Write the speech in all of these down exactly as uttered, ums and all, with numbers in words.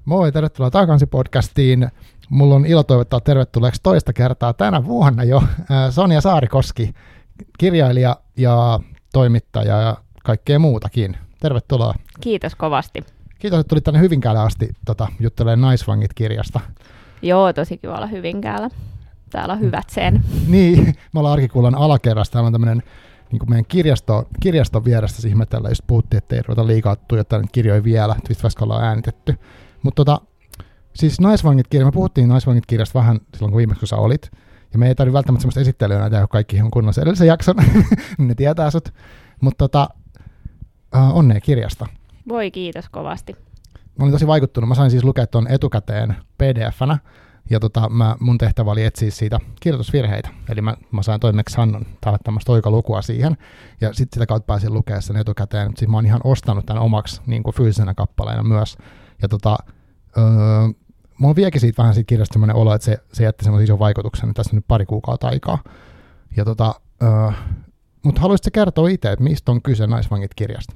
Moi, tervetuloa Takakansi-podcastiin. Mulla on ilo toivottaa tervetulleeksi toista kertaa tänä vuonna jo Sonja Saarikoski, kirjailija ja toimittaja ja kaikkea muutakin. Tervetuloa. Kiitos kovasti. Kiitos, että tulit tänne Hyvinkäälle asti tota, juttelemaan Naisvangit-kirjasta. Joo, tosi kiva olla Hyvinkäällä. Täällä on hyvät sen. Niin, me ollaan Arkikullan alakerrassa. Täällä on tämmöinen niin meidän kirjasto, kirjaston vierestä ihmetellä, jos puhuttiin, että ei ruveta liikaa tuijottaa kirjoja vielä, Twist ollaan äänitetty. Mutta tota, siis Naisvangit-kirja, me puhuttiin Naisvangit-kirjasta vähän silloin, kun viimeksi kun sä olit. Ja me ei tarvitse välttämättä semmoista esittelyä, että kaikki on kunnossa edellisen jakson, niin ne tietää sut. Mutta tota, uh, onnea kirjasta. Voi, kiitos kovasti. Mä olin tosi vaikuttunut. Mä sain siis lukea tuon etukäteen P D F-nä. Ja tota, mä, mun tehtävä oli etsiä siitä kirjoitusvirheitä. Eli mä, mä sain toimeksiannon tämmöistä oikalukua siihen. Ja sitten sitä kautta pääsin lukemaan sen etukäteen. Siis mä oon ihan ostanut tämän omaksi niin kuin fyysisenä kappaleena myös. Ja tota, öö, mulla vieläkin siitä vähän siitä kirjasta semmoinen olo, että se, se jätti semmoisen ison vaikutuksen. Niin tässä on nyt pari kuukautta aikaa. Ja tota, öö, mutta haluaisitko kertoa itse, että mistä on kyse Naisvangit-kirjasta?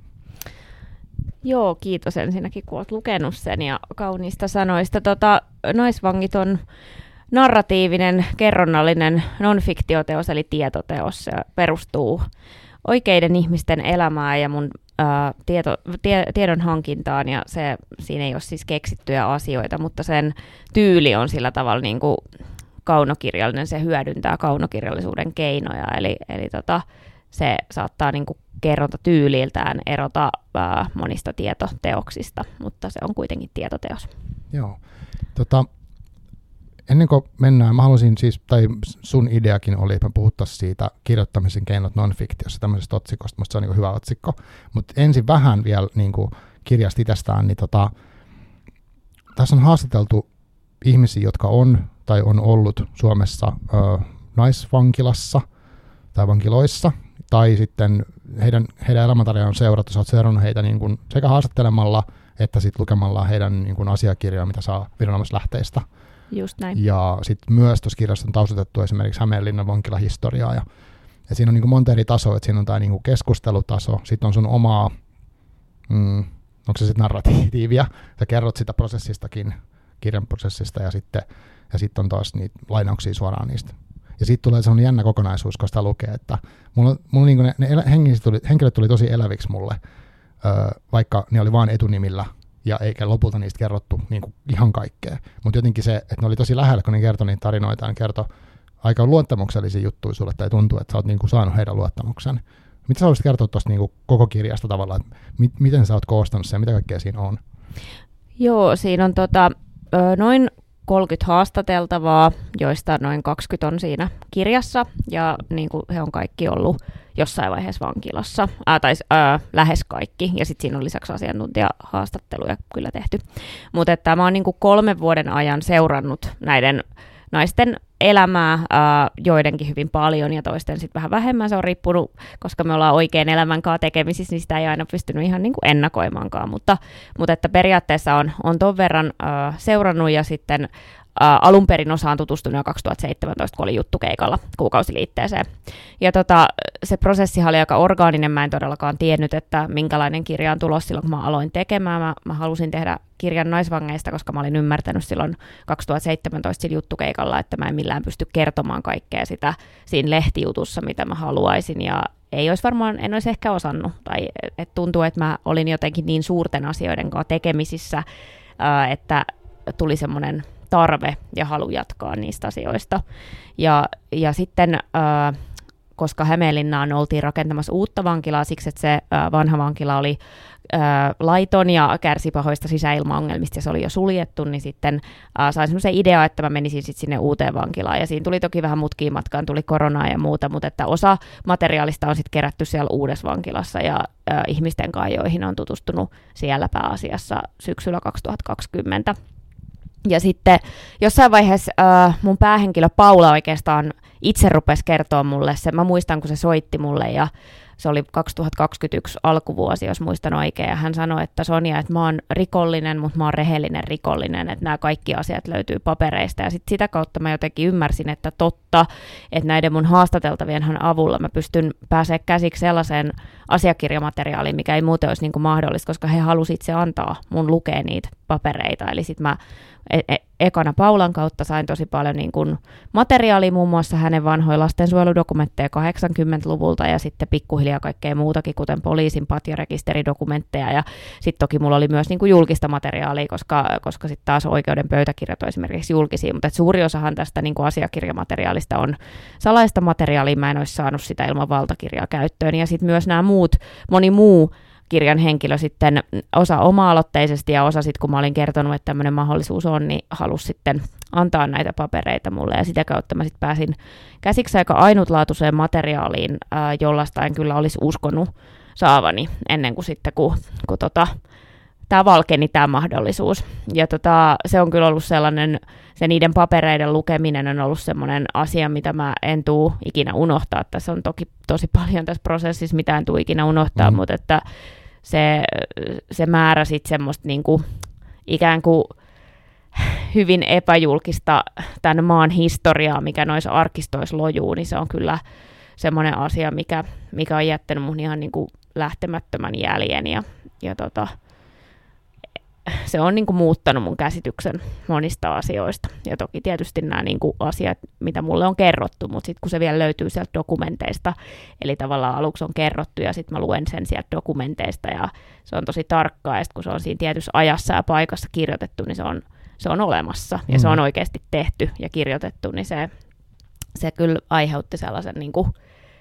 Joo, kiitos ensinnäkin, kun olet lukenut sen ja kauniista sanoista. Tota, Naisvangit on narratiivinen, kerronnallinen non-fiktioteos, eli tietoteos. Se perustuu oikeiden ihmisten elämään ja mun ää, tieto, tie, tiedon hankintaan, ja se, siinä ei ole siis keksittyjä asioita, mutta sen tyyli on sillä tavalla niin kuin kaunokirjallinen, se hyödyntää kaunokirjallisuuden keinoja, eli, eli tota, se saattaa niin kuin kerrontatyyliltään erota ää, monista tietoteoksista, mutta se on kuitenkin tietoteos. Joo. Tota, ennen kuin mennään, mä haluaisin siis, tai sun ideakin oli, että me puhuttaisiin siitä kirjoittamisen keinot non-fiktiossa, tämmöisestä otsikosta, musta se on niin kuin hyvä otsikko, mutta ensin vähän vielä niin kuin kirjasta itsestään, niin tota, tässä on haastateltu ihmisiä, jotka on tai on ollut Suomessa ö, naisvankilassa tai vankiloissa, tai sitten heidän, heidän elämäntarjaa on seurattu, sä oot seurannut heitä niin kuin sekä haastattelemalla, että sitten lukemalla heidän niin kuin asiakirjoja, mitä saa viranomaislähteistä. Just näin. Ja sitten myös tuossa kirjassa on taustatettu esimerkiksi Hämeenlinnan vankilahistoriaa. Ja, ja siinä on niin kuin monta eri tasoa, että siinä on tämä niin kuin keskustelutaso, sitten on sun omaa, mm, onko se sitten narratiivia, sä kerrot sitä prosessistakin, kirjan prosessista, ja sitten ja sitten on taas niitä lainauksia suoraan niistä. Ja sitten tulee sellainen jännä kokonaisuus, kun sitä lukee, että mulla, mulla niinku ne, ne tuli, henkilöt tuli tosi eläviksi mulle, öö, vaikka ne oli vain etunimillä, ja eikä lopulta niistä kerrottu niinku ihan kaikkea. Mutta jotenkin se, että ne oli tosi lähellä, kun ne kertoi niitä tarinoita, ne kertoi aika luottamuksellisia juttuja sulle, tai tuntuu, että sä oot niinku saanut heidän luottamuksen. Mitä sä haluaisit kertoa tuosta niinku koko kirjasta tavallaan, että mi- miten sä oot koostanut sen, mitä kaikkea siinä on? Joo, siinä on tota, noin kolmekymmentä haastateltavaa, joista noin kaksikymmentä on siinä kirjassa, ja niin kuin he on kaikki ollut jossain vaiheessa vankilassa, ää, tai ää, lähes kaikki, ja sitten siinä on lisäksi asiantuntijahaastatteluja kyllä tehty. Mutta että mä oon niin kuin kolmen vuoden ajan seurannut näiden naisten elämää, ää, joidenkin hyvin paljon ja toisten sitten vähän vähemmän. Se on riippunut, koska me ollaan oikein elämän kanssa tekemisissä, niin sitä ei aina pystynyt ihan niin kuin ennakoimaankaan, mutta, mutta että periaatteessa on, on ton verran ää, seurannut, ja sitten ää, alun perin osaan tutustunut jo kaksituhattaseitsemäntoista, kun oli juttukeikalla kuukausiliitteeseen. Ja tota, se prosessihan oli aika orgaaninen, mä en todellakaan tiennyt, että minkälainen kirja on tulos silloin, kun mä aloin tekemään. Mä, mä halusin tehdä kirjan naisvangeista, koska mä olin ymmärtänyt silloin kaksituhattaseitsemäntoista sillä juttukeikalla, että mä en millään pysty kertomaan kaikkea sitä siinä lehtijutussa, mitä mä haluaisin, ja ei olisi varmaan, en olisi ehkä osannut, tai et tuntuu, että mä olin jotenkin niin suurten asioiden kanssa tekemisissä, ää, että tuli semmoinen tarve ja halu jatkaa niistä asioista. Ja, ja sitten, ää, koska Hämeenlinnaan oltiin rakentamassa uutta vankilaa siksi, että se ää, vanha vankila oli ää, laiton ja kärsi pahoista sisäilmaongelmista ja se oli jo suljettu, niin sitten ää, sain semmoisen idea, että mä menisin sitten sinne uuteen vankilaan. Ja siinä tuli toki vähän mutkia matkaan, tuli koronaa ja muuta, mutta että osa materiaalista on sitten kerätty siellä uudessa vankilassa ja ää, ihmisten kanssa, joihin on tutustunut siellä pääasiassa syksyllä kaksituhattakaksikymmentä. Ja sitten jossain vaiheessa äh, mun päähenkilö Paula oikeastaan itse rupesi kertoa mulle se. Mä muistan, kun se soitti mulle, ja se oli kaksituhattakaksikymmentäyksi alkuvuosi, jos muistan oikein. Ja hän sanoi, että Sonja, että mä oon rikollinen, mutta mä oon rehellinen rikollinen, että nämä kaikki asiat löytyy papereista. Ja sitten sitä kautta mä jotenkin ymmärsin, että totta, että näiden mun haastateltavienhan avulla mä pystyn pääsemään käsiksi sellaiseen asiakirjamateriaaliin, mikä ei muuten olisi niin kuin mahdollista, koska he halusivat itse antaa mun lukea niitä papereita. Eli sitten mä e- e- ekana Paulan kautta sain tosi paljon niin kun materiaalia, muun muassa hänen vanhoja lastensuojeludokumentteja kahdeksankymmentäluvulta ja sitten pikkuhiljaa kaikkea muutakin, kuten poliisin patjarekisteridokumentteja. Ja sitten toki mulla oli myös niin kun julkista materiaalia, koska, koska sitten taas oikeuden pöytäkirjat on esimerkiksi julkisia, mutta suuri osahan tästä niin kun asiakirjamateriaalista on salaista materiaalia, mä en olisi saanut sitä ilman valtakirjaa käyttöön. Ja sitten myös nämä muut, moni muu kirjan henkilö sitten osa oma-aloitteisesti ja osa sitten, kun mä olin kertonut, että tämmöinen mahdollisuus on, niin halusi sitten antaa näitä papereita mulle ja sitä kautta mä sitten pääsin käsiksi aika ainutlaatuiseen materiaaliin, ää, jollaista en kyllä olisi uskonut saavani ennen kuin sitten, kun, kun tota, tämä valkeni tämä mahdollisuus. Ja tota, se on kyllä ollut sellainen, se niiden papereiden lukeminen on ollut semmoinen asia, mitä mä en tuu ikinä unohtaa. Tässä on toki tosi paljon tässä prosessissa, mitä en tuu ikinä unohtaa, mm. mutta että se, se määrä sitten semmoista niinku, ikään kuin hyvin epäjulkista tämän maan historiaa, mikä noissa arkistoissa lojuu, niin se on kyllä semmoinen asia, mikä, mikä on jättänyt mun ihan niinku lähtemättömän jäljen ja, ja tota, se on niin kuin muuttanut mun käsityksen monista asioista. Ja toki tietysti nämä niin kuin asiat, mitä mulle on kerrottu, mutta sitten kun se vielä löytyy sieltä dokumenteista, eli tavallaan aluksi on kerrottu ja sitten mä luen sen sieltä dokumenteista ja se on tosi tarkkaa ja sitten kun se on siinä tietyssä ajassa ja paikassa kirjoitettu, niin se on, se on olemassa ja mm. se on oikeasti tehty ja kirjoitettu, niin se, se kyllä aiheutti sellaisen niin kuin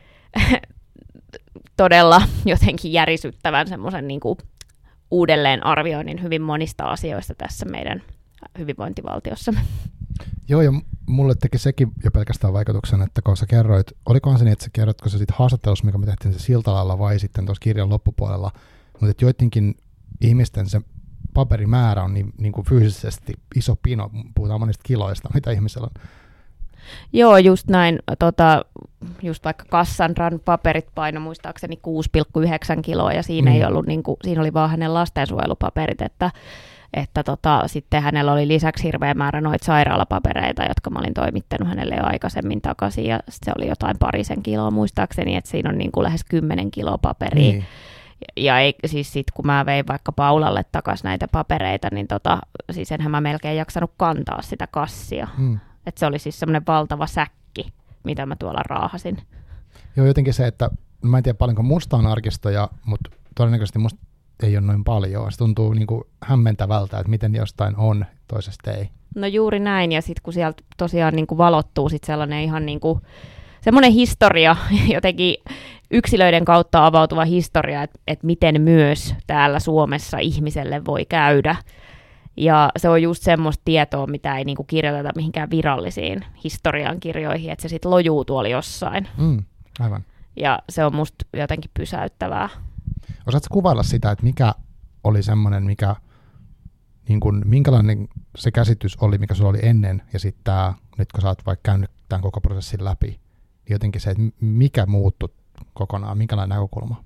todella jotenkin järisyttävän semmoisen niin kuin uudelleen arvioinnin hyvin monista asioista tässä meidän hyvinvointivaltiossamme. Joo, ja mulle teki sekin jo pelkästään vaikutuksen, että kun sä kerroit, olikohan se niin, että sä kerroitko sä sitten haastattelussa, mikä me tehtiin se Siltalalla vai sitten tuossa kirjan loppupuolella, mutta että joidenkin ihmisten se paperimäärä on niin, niin kuin fyysisesti iso pino, puhutaan monista kiloista, mitä ihmisellä on. Joo, just näin. Tota, just vaikka Cassandran paperit paino muistaakseni kuusi pilkku yhdeksän kiloa, ja siinä, mm. ei ollut, niin kuin, siinä oli vaan hänen lastensuojelupaperit, että, että tota, sitten hänellä oli lisäksi hirveä määrä noita sairaalapapereita, jotka mä olin toimittanut hänelle jo aikaisemmin takaisin, ja se oli jotain parisen kiloa muistaakseni, että siinä on niin kuin lähes kymmenen kiloa paperia. Mm. Ja ei, siis sit kun mä vein vaikka Paulalle takaisin näitä papereita, niin tota, siis enhän mä melkein jaksanut kantaa sitä kassia. Mm. Että se oli siis semmoinen valtava säkki, mitä mä tuolla raahasin. Joo, jotenkin se, että mä en tiedä paljonko musta on arkistoja, mutta todennäköisesti musta ei ole noin paljon. Se tuntuu niin kuin hämmentävältä, että miten jostain on, toisesta ei. No juuri näin, ja sitten kun sieltä tosiaan niin kuin valottuu sit sellainen ihan niin kuin semmoinen historia, jotenkin yksilöiden kautta avautuva historia, että, että miten myös täällä Suomessa ihmiselle voi käydä. Ja se on just semmoista tietoa, mitä ei niinku kirjoiteta mihinkään virallisiin historiankirjoihin, että se sitten lojuu tuolla jossain. Mm, aivan. Ja se on musta jotenkin pysäyttävää. Osaatko kuvailla sitä, että mikä oli semmoinen, mikä, niin kun, minkälainen se käsitys oli, mikä sulla oli ennen, ja sitten nyt kun sä oot vaikka käynyt tämän koko prosessin läpi, niin jotenkin se, että mikä muuttui kokonaan, minkälainen näkökulma?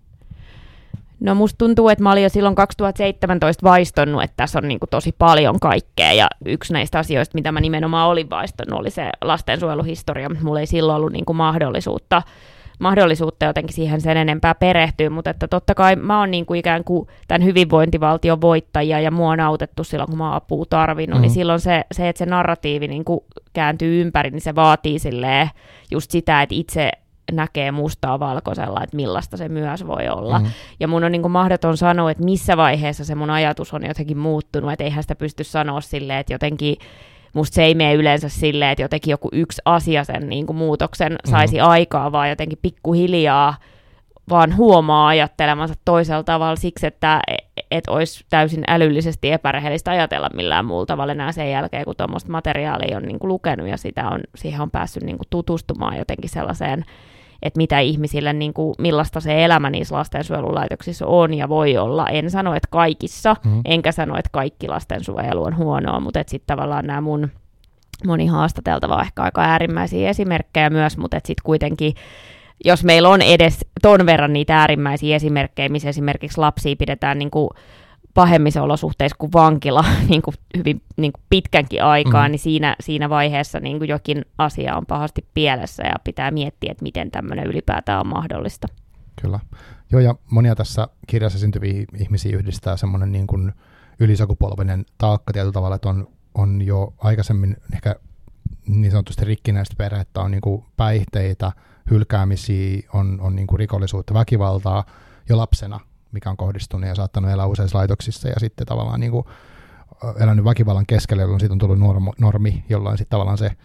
No musta tuntuu, että mä olin jo silloin kaksituhattaseitsemäntoista vaistonnut, että tässä on niin kuin tosi paljon kaikkea, ja yksi näistä asioista, mitä mä nimenomaan olin vaistonnut, oli se lastensuojeluhistoria, mutta mulla ei silloin ollut niin kuin mahdollisuutta, mahdollisuutta jotenkin siihen sen enempää perehtyä, mutta että totta kai mä oon niin kuin ikään kuin tämän hyvinvointivaltion voittajia, ja mua on autettu silloin, kun mä oon apua tarvinnut, mm-hmm. niin silloin se, se, että se narratiivi niin kuin kääntyy ympäri, niin se vaatii silleen just sitä, että itse näkee mustaa valkoisella, että millaista se myös voi olla. Mm. Ja mun on niin kuin mahdoton sanoa, että missä vaiheessa se mun ajatus on jotenkin muuttunut, että eihän sitä pysty sanoa silleen, että jotenkin musta se ei mene yleensä silleen, että jotenkin joku yksi asia sen niin kuin muutoksen saisi mm. aikaa, vaan jotenkin pikkuhiljaa vaan huomaa ajattelemansa toisella tavalla siksi, että et olisi täysin älyllisesti epärehellistä ajatella millään muulla tavalla enää sen jälkeen, kun tuommoista materiaalia on niin kuin lukenut ja sitä on, siihen on päässyt niin kuin tutustumaan jotenkin sellaiseen, että mitä ihmisille, niin kuin, millaista se elämä niissä lastensuojelulaitoksissa on ja voi olla. En sano, että kaikissa, mm-hmm. enkä sano, että kaikki lastensuojelu on huonoa, mutta sitten tavallaan nämä mun moni haastateltava ehkä aika äärimmäisiä esimerkkejä myös, mutta sitten kuitenkin, jos meillä on edes ton verran niitä äärimmäisiä esimerkkejä, missä esimerkiksi lapsia pidetään niin kuin pahemmissa olosuhteissa kuin vankila niin kuin hyvin niin kuin pitkänkin aikaa, mm. niin siinä, siinä vaiheessa niin kuin jokin asia on pahasti pielessä ja pitää miettiä, että miten tämmöinen ylipäätään on mahdollista. Kyllä. Joo, ja monia tässä kirjassa syntyviä ihmisiä yhdistää semmoinen niin kuin ylisukupolvinen taakka tietyllä tavalla, että on, on jo aikaisemmin ehkä niin sanotusti rikkinäistä perhettä, on niin kuin päihteitä, hylkäämisiä, on, on niin kuin rikollisuutta, väkivaltaa jo lapsena, mikä on kohdistunut ja saattanut elää useissa laitoksissa ja sitten tavallaan niin kuin elänyt väkivallan keskellä, jolloin siitä on tullut normi, normi jolloin sitten tavallaan se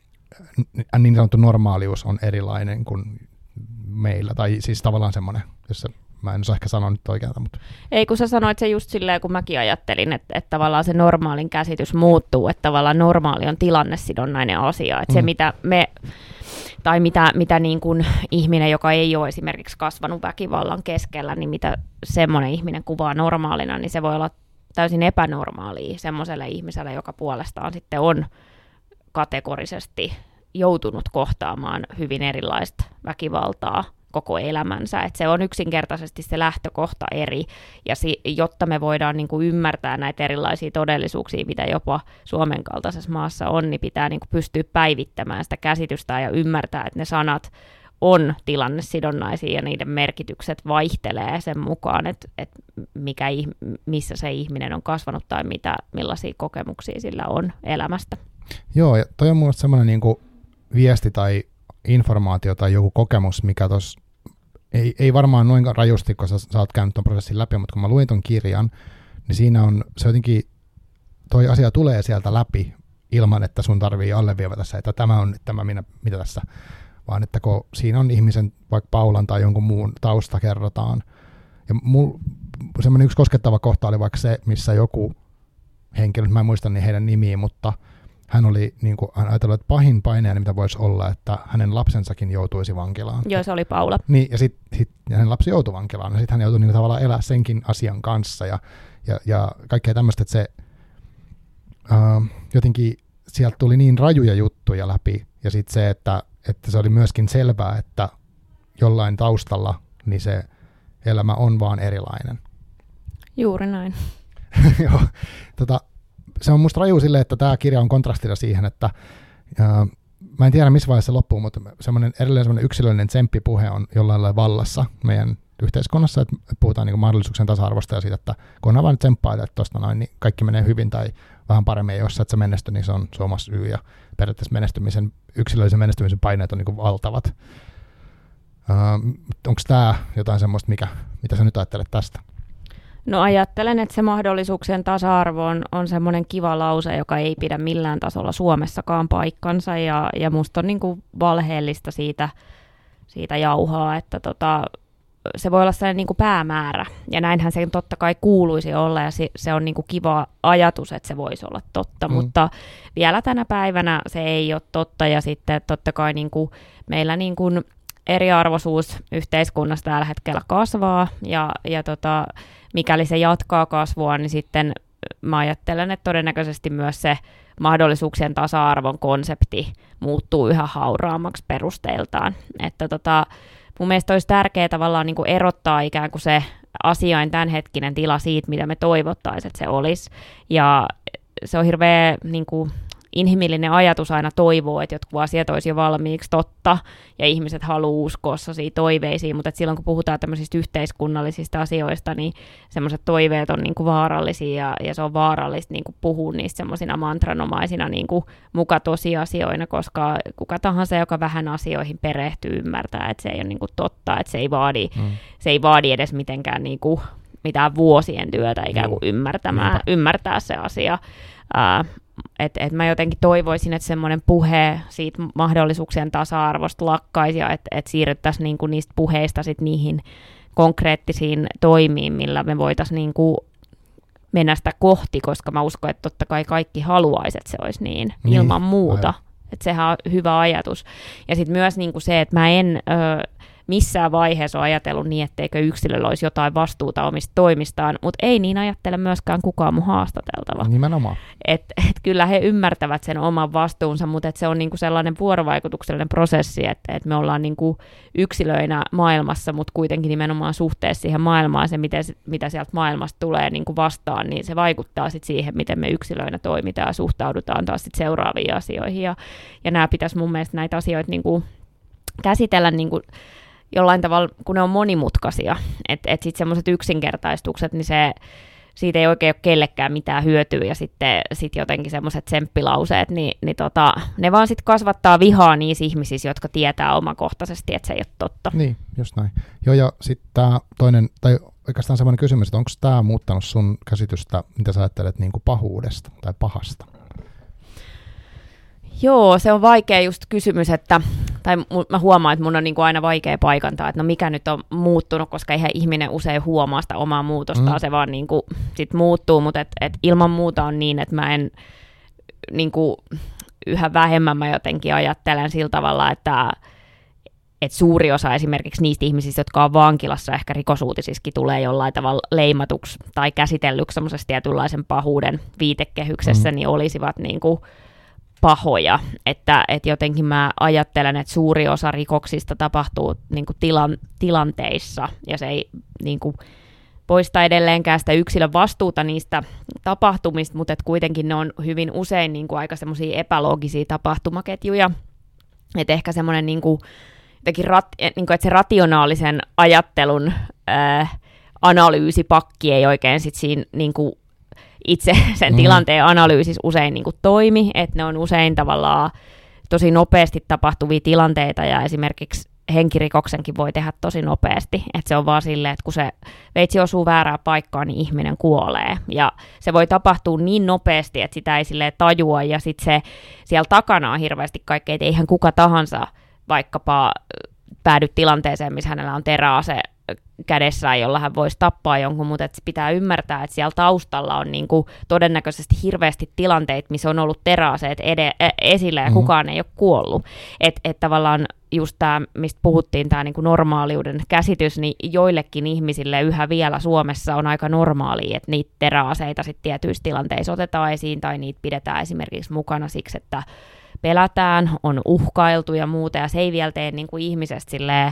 niin sanottu normaalius on erilainen kuin meillä, tai siis tavallaan semmoinen, jossa mä en osaa ehkä sanoa nyt oikealta. Mutta. Ei, kun sä sanoit se just silleen, kun mäkin ajattelin, että, että tavallaan se normaalin käsitys muuttuu, että tavallaan normaali on tilannesidonnainen asia, että mm. se mitä me, tai mitä, mitä niin kuin ihminen, joka ei ole esimerkiksi kasvanut väkivallan keskellä, niin mitä semmoinen ihminen kuvaa normaalina, niin se voi olla täysin epänormaalia semmoiselle ihmiselle, joka puolestaan sitten on kategorisesti joutunut kohtaamaan hyvin erilaista väkivaltaa koko elämänsä, että se on yksinkertaisesti se lähtökohta eri, ja si- jotta me voidaan niin kuin ymmärtää näitä erilaisia todellisuuksia, mitä jopa Suomen kaltaisessa maassa on, niin pitää niin kuin pystyä päivittämään sitä käsitystä ja ymmärtää, että ne sanat on tilannesidonnaisia ja niiden merkitykset vaihtelee sen mukaan, että, että mikä, missä se ihminen on kasvanut tai mitä, millaisia kokemuksia sillä on elämästä. Joo, ja toi on mun mielestä semmoinen niin kuin viesti tai informaatio tai joku kokemus, mikä tuossa ei, ei varmaan noin rajusti, kun sä, sä oot käynyt ton prosessin läpi, mutta kun mä luin ton kirjan, niin siinä on se jotenkin, toi asia tulee sieltä läpi ilman, että sun tarvii alleviivata se, että tämä on nyt tämä, minä, mitä tässä, vaan että kun siinä on ihmisen, vaikka Paulan tai jonkun muun tausta kerrotaan. Ja mul, semmoinen yksi koskettava kohta oli vaikka se, missä joku henkilö, mä en muista niin heidän nimiä, mutta hän oli niin kuin, hän ajatellut, että pahin paineeni, mitä voisi olla, että hänen lapsensakin joutuisi vankilaan. Joo, se oli Paula. Niin, ja sitten sit, hänen lapsi joutui vankilaan, ja sitten hän joutui niin kuin, tavallaan elää senkin asian kanssa, ja, ja, ja kaikkea tämmöistä, että se uh, jotenkin sieltä tuli niin rajuja juttuja läpi, ja sitten se, että, että se oli myöskin selvää, että jollain taustalla niin se elämä on vaan erilainen. Juuri näin. Joo, tota, se on musta raju silleen, että tämä kirja on kontrastilla siihen, että ää, mä en tiedä missä vaiheessa se loppuu, mutta semmoinen edelleen semmoinen yksilöllinen tsemppipuhe on jollain lailla vallassa meidän yhteiskunnassa, että puhutaan niin kuin mahdollisuuksien tasa-arvosta ja siitä, että kun on vaan tsemppaa, että tuosta noin, niin kaikki menee hyvin tai vähän paremmin, ja jos sä et sä menesty, niin se on, se on oma syy, ja periaatteessa menestymisen, yksilöllisen menestymisen paineet on niin kuin valtavat. Onko tämä jotain semmoista, mikä, mitä sä nyt ajattelet tästä? No ajattelen, että se mahdollisuuksien tasa-arvo on, on semmoinen kiva lause, joka ei pidä millään tasolla Suomessakaan paikkansa, ja, ja musta on niin kuin valheellista siitä, siitä jauhaa, että tota, se voi olla sellainen niin kuin päämäärä, ja näinhän se totta kai kuuluisi olla, ja se, se on niin kuin kiva ajatus, että se voisi olla totta, mm. mutta vielä tänä päivänä se ei ole totta, ja sitten totta kai niin kuin meillä niin kuin eriarvoisuus yhteiskunnassa tällä hetkellä kasvaa, ja, ja tota, mikäli se jatkaa kasvua, niin sitten mä ajattelen, että todennäköisesti myös se mahdollisuuksien tasa-arvon konsepti muuttuu yhä hauraammaksi perusteiltaan. Että tota, mun mielestä olisi tärkeää tavallaan niin kuin erottaa ikään kuin se asiain tämänhetkinen tila siitä, mitä me toivottaisiin, että se olisi. Ja se on hirveä niin kuin inhimillinen ajatus aina toivoo, että jotkut asiat olisi jo valmiiksi totta, ja ihmiset haluaa uskoa siihen toiveisiin, mutta silloin kun puhutaan tämmöisistä yhteiskunnallisista asioista, niin semmoiset toiveet on niinku vaarallisia, ja, ja se on vaarallista niinku puhua niistä semmoisina mantranomaisina niinku muka tosiasioina, koska kuka tahansa, joka vähän asioihin perehtyy, ymmärtää, että se ei ole niinku totta, että se ei vaadi, mm. se ei vaadi edes mitenkään niinku mitään vuosien työtä ikään kuin ymmärtämään, ymmärtää se asia. Uh, Että et mä jotenkin toivoisin, että semmoinen puhe siitä mahdollisuuksien tasa-arvosta lakkaisi, ja että et siirryttäisiin niinku niistä puheista sit niihin konkreettisiin toimiin, millä me voitaisiin niinku mennä sitä kohti, koska mä uskon, että totta kai kaikki haluaisi, että se olisi niin, niin ilman muuta. Että sehän on hyvä ajatus. Ja sitten myös niinku se, että mä en ö, missään vaiheessa ole ajatellut niin, etteikö yksilöllä olisi jotain vastuuta omista toimistaan, mutta ei niin ajattele myöskään kukaan mun haastateltava. Nimenomaan. Että et kyllä he ymmärtävät sen oman vastuunsa, mutta et se on niinku sellainen vuorovaikutuksellinen prosessi, että et me ollaan niinku yksilöinä maailmassa, mutta kuitenkin nimenomaan suhteessa siihen maailmaan, se miten, mitä sieltä maailmasta tulee niinku vastaan, niin se vaikuttaa sit siihen, miten me yksilöinä toimitaan ja suhtaudutaan taas sit seuraaviin asioihin. Ja, ja nämä pitäisi mun mielestä näitä asioita niinku käsitellä niinku jollain tavalla, kun ne on monimutkaisia, että et sitten semmoiset yksinkertaistukset, niin se, siitä ei oikein ole kellekään mitään hyötyä, ja sitten sit jotenkin semmoiset tsemppilauseet, niin, niin tota, ne vaan sitten kasvattaa vihaa niissä ihmisissä, jotka tietää omakohtaisesti, että se ei ole totta. Niin, just näin. Joo, ja sitten tämä toinen, tai oikeastaan semmoinen kysymys, että onko tämä muuttanut sun käsitystä, mitä sä ajattelet niin kuin pahuudesta tai pahasta? Joo, se on vaikea just kysymys, että, tai mä huomaan, että mun on niin kuin aina vaikea paikantaa, että no mikä nyt on muuttunut, koska eihän ihminen usein huomaa sitä omaa muutostaan, mm. se vaan niin kuin sit muuttuu, mutta et, et ilman muuta on niin, että mä en niin kuin yhä vähemmän mä jotenkin ajattelen sillä tavalla, että et suuri osa esimerkiksi niistä ihmisistä, jotka on vankilassa, ehkä rikosuutisissakin tulee jollain tavalla leimatuksi tai käsitellyksi semmoisessa tietynlaisen pahuuden viitekehyksessä, mm. niin olisivat niin kuin pahoja, että, että jotenkin mä ajattelen, että suuri osa rikoksista tapahtuu niin kuin tilan, tilanteissa, ja se ei niin kuin poista edelleenkään sitä yksilön vastuuta niistä tapahtumista, mutta että kuitenkin ne on hyvin usein niin kuin aika semmoisia epäloogisia tapahtumaketjuja, että ehkä semmoinen niin kuin, rat, niin kuin, että se rationaalisen ajattelun ää, analyysipakki ei oikein sit siinä niin kuin itse sen mm. tilanteen analyysissä usein niin kuin toimi, että ne on usein tavallaan tosi nopeasti tapahtuvia tilanteita, ja esimerkiksi henkirikoksenkin voi tehdä tosi nopeasti, että se on vaan silleen, että kun se veitsi osuu väärään paikkaan, niin ihminen kuolee, ja se voi tapahtua niin nopeasti, että sitä ei silleen tajua, ja sitten se siellä takana on hirveästi kaikkea, että eihän kuka tahansa vaikkapa päädy tilanteeseen, missä hänellä on teräase kädessään, jolla hän voisi tappaa jonkun, mutta et pitää ymmärtää, että siellä taustalla on niinku todennäköisesti hirveästi tilanteita, missä on ollut teräaseet ede- esillä, ja mm-hmm. kukaan ei ole kuollut. Että et tavallaan just tämä, mistä puhuttiin, tämä niinku normaaliuden käsitys, niin joillekin ihmisille yhä vielä Suomessa on aika normaalia, että niitä teräaseita sitten tietyissä tilanteissa otetaan esiin, tai niitä pidetään esimerkiksi mukana siksi, että pelätään, on uhkailtu ja muuta, ja se ei vielä tee niinku ihmisestä silleen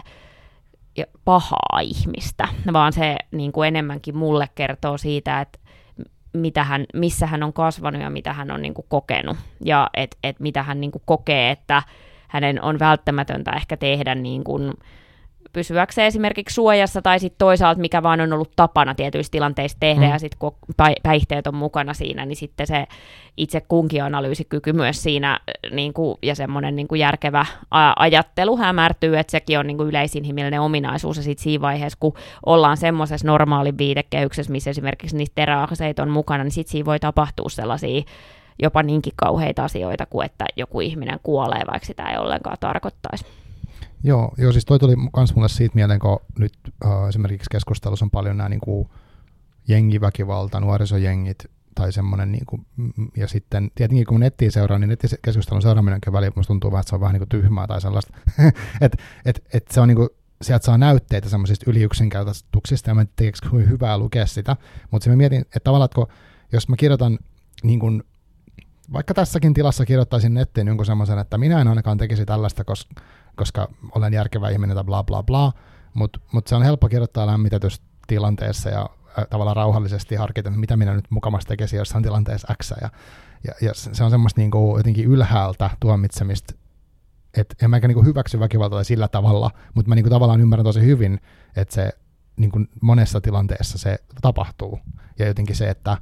pahaa ihmistä, vaan se niin kuin enemmänkin mulle kertoo siitä, että mitä hän, missä hän on kasvanut ja mitä hän on niin kuin kokenut, ja et, et mitä hän niin kuin kokee, että hänen on välttämätöntä ehkä tehdä niin kuin pysyäkseen esimerkiksi suojassa, tai sitten toisaalta mikä vaan on ollut tapana tietyissä tilanteissa tehdä, mm. ja sitten kun päihteet on mukana siinä, niin sitten se itse kunkin analyysikyky myös siinä, niin kuin, ja semmoinen niin kuin järkevä ajattelu hämärtyy, että sekin on niin kuin yleisinhimillinen ominaisuus, ja sitten siinä vaiheessa, kun ollaan semmoisessa normaalin viitekehyksessä, missä esimerkiksi niistä teräaseita on mukana, niin sitten siinä voi tapahtua sellaisia jopa niinkin kauheita asioita, kuin että joku ihminen kuolee, vaikka sitä ei ollenkaan tarkoittaisi. Joo, joo, siis toi tuli myös mulle siitä mieleen, kun nyt äh, esimerkiksi keskustelussa on paljon nämä niin kuin jengiväkivalta, nuorisojengit tai semmoinen, niin kuin, ja sitten tietenkin kun nettiä seuraa, niin nettikeskustelun seuraaminenkin väliin musta tuntuu vähän, että se on vähän niin kuin tyhmää tai sellaista, että et, et se on niin kuin, sieltä saa näytteitä semmoisista yliyksinkertaistuksista, ja mä en tiedä, kuinka hyvää lukea sitä, mutta mä mietin, että tavallaan, että kun, jos mä kirjoitan niin kuin, vaikka tässäkin tilassa kirjoittaisin nettiin jonkun semmoisen, että minä en ainakaan tekisi tällaista, koska koska olen järkevä ihminen tai bla bla bla, mutta mut se on helppo kirjoittaa lämmitystilanteessa ja ä, tavallaan rauhallisesti harkita, mitä minä nyt mukamassa tekisin jossain tilanteessa X, ja, ja, ja se on semmoista niinku jotenkin ylhäältä tuomitsemista, että en mä niinku hyväksy väkivaltaa sillä tavalla, mutta mä niinku tavallaan ymmärrän tosi hyvin, että se niinku monessa tilanteessa se tapahtuu, ja jotenkin se, että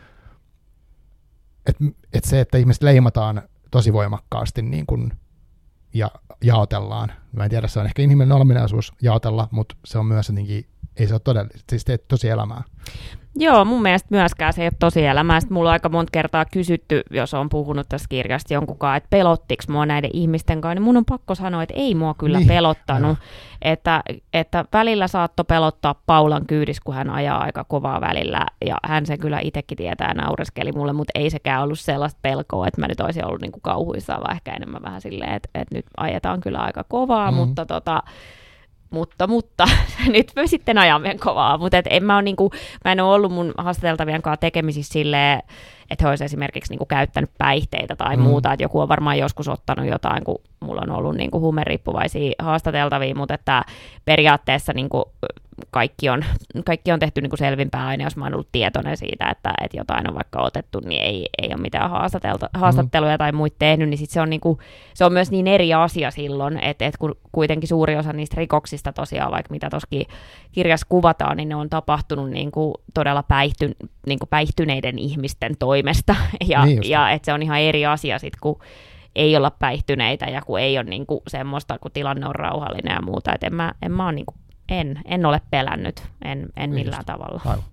et, et se, että ihmiset leimataan tosi voimakkaasti niin kuin ja jaotellaan. Mä en tiedä, se on ehkä inhimillinen ominaisuus jaotella, mutta se on myös jotenkin, ei se ole todellista, siis teet tosi elämää. Joo, mun mielestä myöskään se ei ole tosi elämää. Sitten mulla on aika monta kertaa kysytty, jos on puhunut tästä kirjasta jonkunkaan, että pelottiks mua näiden ihmisten kanssa, niin mun on pakko sanoa, että ei mua kyllä niin pelottanut. Että, että välillä saattoi pelottaa Paulan kyydissä, kun hän ajaa aika kovaa välillä, ja hän sen kyllä itsekin tietää ja naureskeli mulle, mutta ei sekään ollut sellaista pelkoa, että mä nyt olisin ollut niin kuin kauhuissaan, vaan ehkä enemmän vähän silleen, että, että nyt ajetaan kyllä aika kovaa, mm. mutta tota... Mutta, mutta nyt mä sitten ajan meidän kovaa, mutta et en mä, ole, niinku, mä en ole ollut mun haastateltavien kanssa tekemisissä silleen, että he olisi esimerkiksi niinku käyttänyt päihteitä tai mm. muuta, että joku on varmaan joskus ottanut jotain, kun mulla on ollut niinku huumeriippuvaisia haastateltavia, mutta että periaatteessa niinku, kaikki on, kaikki on tehty niin kuin selvinpäin aina, jos mä oon ollut tietoinen siitä, että, että jotain on vaikka otettu, niin ei, ei ole mitään haastatteluja tai muita tehnyt, niin sit se, on niin kuin, se on myös niin eri asia silloin, että, että kun kuitenkin suuri osa niistä rikoksista tosiaan, vaikka mitä tossakin kirjassa kuvataan, niin ne on tapahtunut niin kuin todella päihty, niin kuin päihtyneiden ihmisten toimesta, ja, niin ja että se on ihan eri asia sitten, kun ei olla päihtyneitä ja kun ei ole niin kuin semmoista, kun tilanne on rauhallinen ja muuta, että en mä, en mä ole niin kuin En, en ole pelännyt, en, en millään Just. tavalla. Aivan.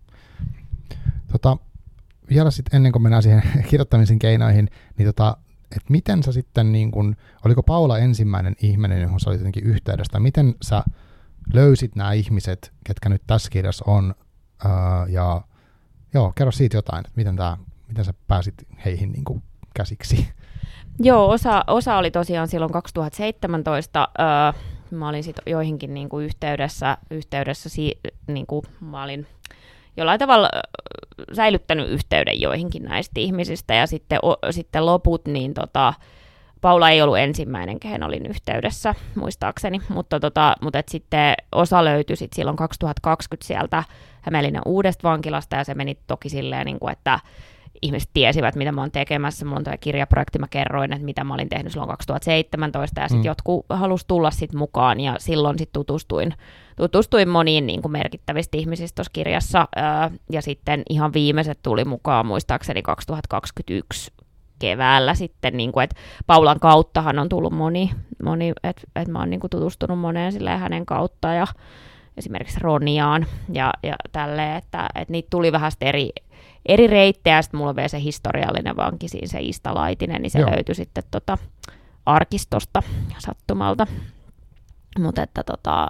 Tota, vielä sitten ennen kuin mennään siihen kirjoittamisen keinoihin, niin tota, et miten sä sitten, niin kun, oliko Paula ensimmäinen ihminen, johon sä olit jotenkin yhteydessä, miten sä löysit nämä ihmiset, ketkä nyt tässä kirjassa on, ää, ja joo, kerro siitä jotain, että miten, tää, miten sä pääsit heihin niin kuin käsiksi? Joo, osa, osa oli tosiaan silloin kaksituhattaseitsemäntoista, ää, mä olin sitten joihinkin niinku yhteydessä, yhteydessä si, niinku, mä olin jollain tavalla säilyttänyt yhteyden joihinkin näistä ihmisistä, ja sitten, o, sitten loput, niin tota, Paula ei ollut ensimmäinen, kehen olin yhteydessä, muistaakseni, mutta, tota, mutta et sitten osa löytyi sit silloin kaksituhattakaksikymmentä sieltä Hämeenlinnan uudesta vankilasta, ja se meni toki silleen, niin kuin, että ihmiset tiesivät, mitä mä oon tekemässä. Mulla on tuo kirjaprojekti, mä kerroin, että mitä mä olin tehnyt silloin kaksituhattaseitsemäntoista, ja sitten mm. jotkut halusi tulla sit mukaan, ja silloin sitten tutustuin, tutustuin moniin niin kuin merkittävistä ihmisistä tuossa kirjassa, ää, ja sitten ihan viimeiset tuli mukaan, muistaakseni kaksituhattakaksikymmentäyksi keväällä sitten, niin kuin, että Paulan kauttahan on tullut moni, moni että et mä oon niin kuin tutustunut moneen silleen hänen kautta, ja esimerkiksi Roniaan, ja, ja tälleen, että et niitä tuli vähän eri eri reittejä, ja sitten mulla on vielä se historiallinen vanki siinä, se Iista Laitinen, niin se Joo. löytyi sitten tota arkistosta sattumalta. Mutta että tota,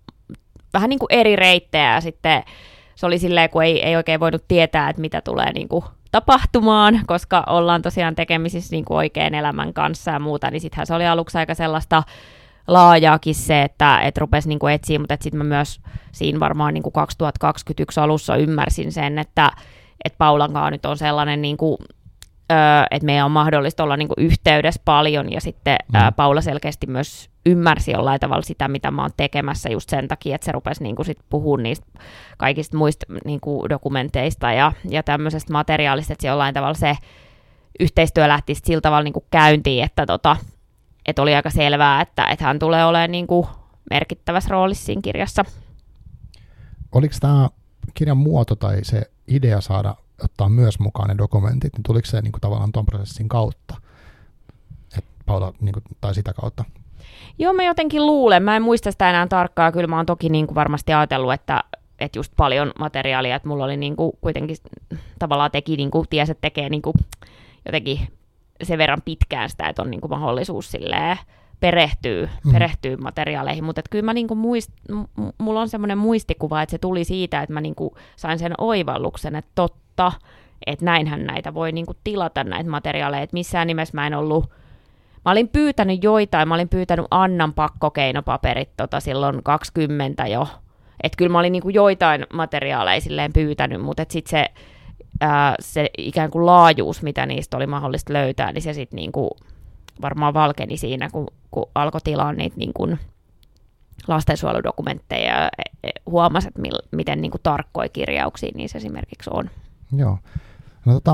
vähän niin kuin eri reittejä, ja sitten se oli silleen, kun ei, ei oikein voinut tietää, että mitä tulee niin kuin tapahtumaan, koska ollaan tosiaan tekemisissä niin kuin oikean elämän kanssa ja muuta, niin sittenhän se oli aluksi aika sellaista laajaakin se, että et rupesi niin kuin etsiä, mutta sitten mä myös siinä varmaan niin kuin kaksituhattakaksikymmentäyksi alussa ymmärsin sen, että että Paulan kanssa nyt on sellainen, niin kuin, öö, että meidän on mahdollista olla niin kuin yhteydessä paljon, ja sitten mm. ää, Paula selkeästi myös ymmärsi jollain tavalla sitä, mitä mä oon tekemässä just sen takia, että se rupesi niin kuin sit puhumaan niistä kaikista muista niin kuin dokumenteista ja, ja tämmöisestä materiaalista, että se jollain tavalla se yhteistyö lähti sillä tavalla niin kuin käyntiin, että, tota, että oli aika selvää, että, että hän tulee olemaan niin kuin merkittävässä roolissa siinä kirjassa. Oliko tämä kirjan muoto tai se idea saada ottaa myös mukaan ne dokumentit, niin tuliko se niin kuin tavallaan tuon prosessin kautta? Et Paula, niin kuin, tai sitä kautta? Joo, mä jotenkin luulen. Mä en muista sitä enää tarkkaan. Kyllä mä oon toki niin kuin varmasti ajatellut, että, että just paljon materiaalia, että mulla oli niin kuin kuitenkin tavallaan teki, niin kuin tiesi, että tekee niin kuin jotenkin sen verran pitkään sitä, että on niin kuin mahdollisuus silleen perehtyy, mm. perehtyy materiaaleihin, mutta kyllä mä niinku muist, m- mulla on semmoinen muistikuva, että se tuli siitä, että mä niinku sain sen oivalluksen, että totta, että näinhän näitä voi niinku tilata näitä materiaaleja, että missään nimessä mä en ollut, mä olin pyytänyt joitain, mä olin pyytänyt Annan pakkokeinopaperit tota silloin kaksikymmentä jo, että kyllä mä olin niinku joitain materiaaleja silleen pyytänyt, mutta sitten se, ää, se ikään kuin laajuus, mitä niistä oli mahdollista löytää, niin se sitten niinku varmaan valkeni siinä, kun, kun alkoi tilaa niitä niin kuin lastensuojeludokumentteja ja huomasi, että mil, miten niin kuin tarkkoja kirjauksia niissä esimerkiksi on. Joo. No tota,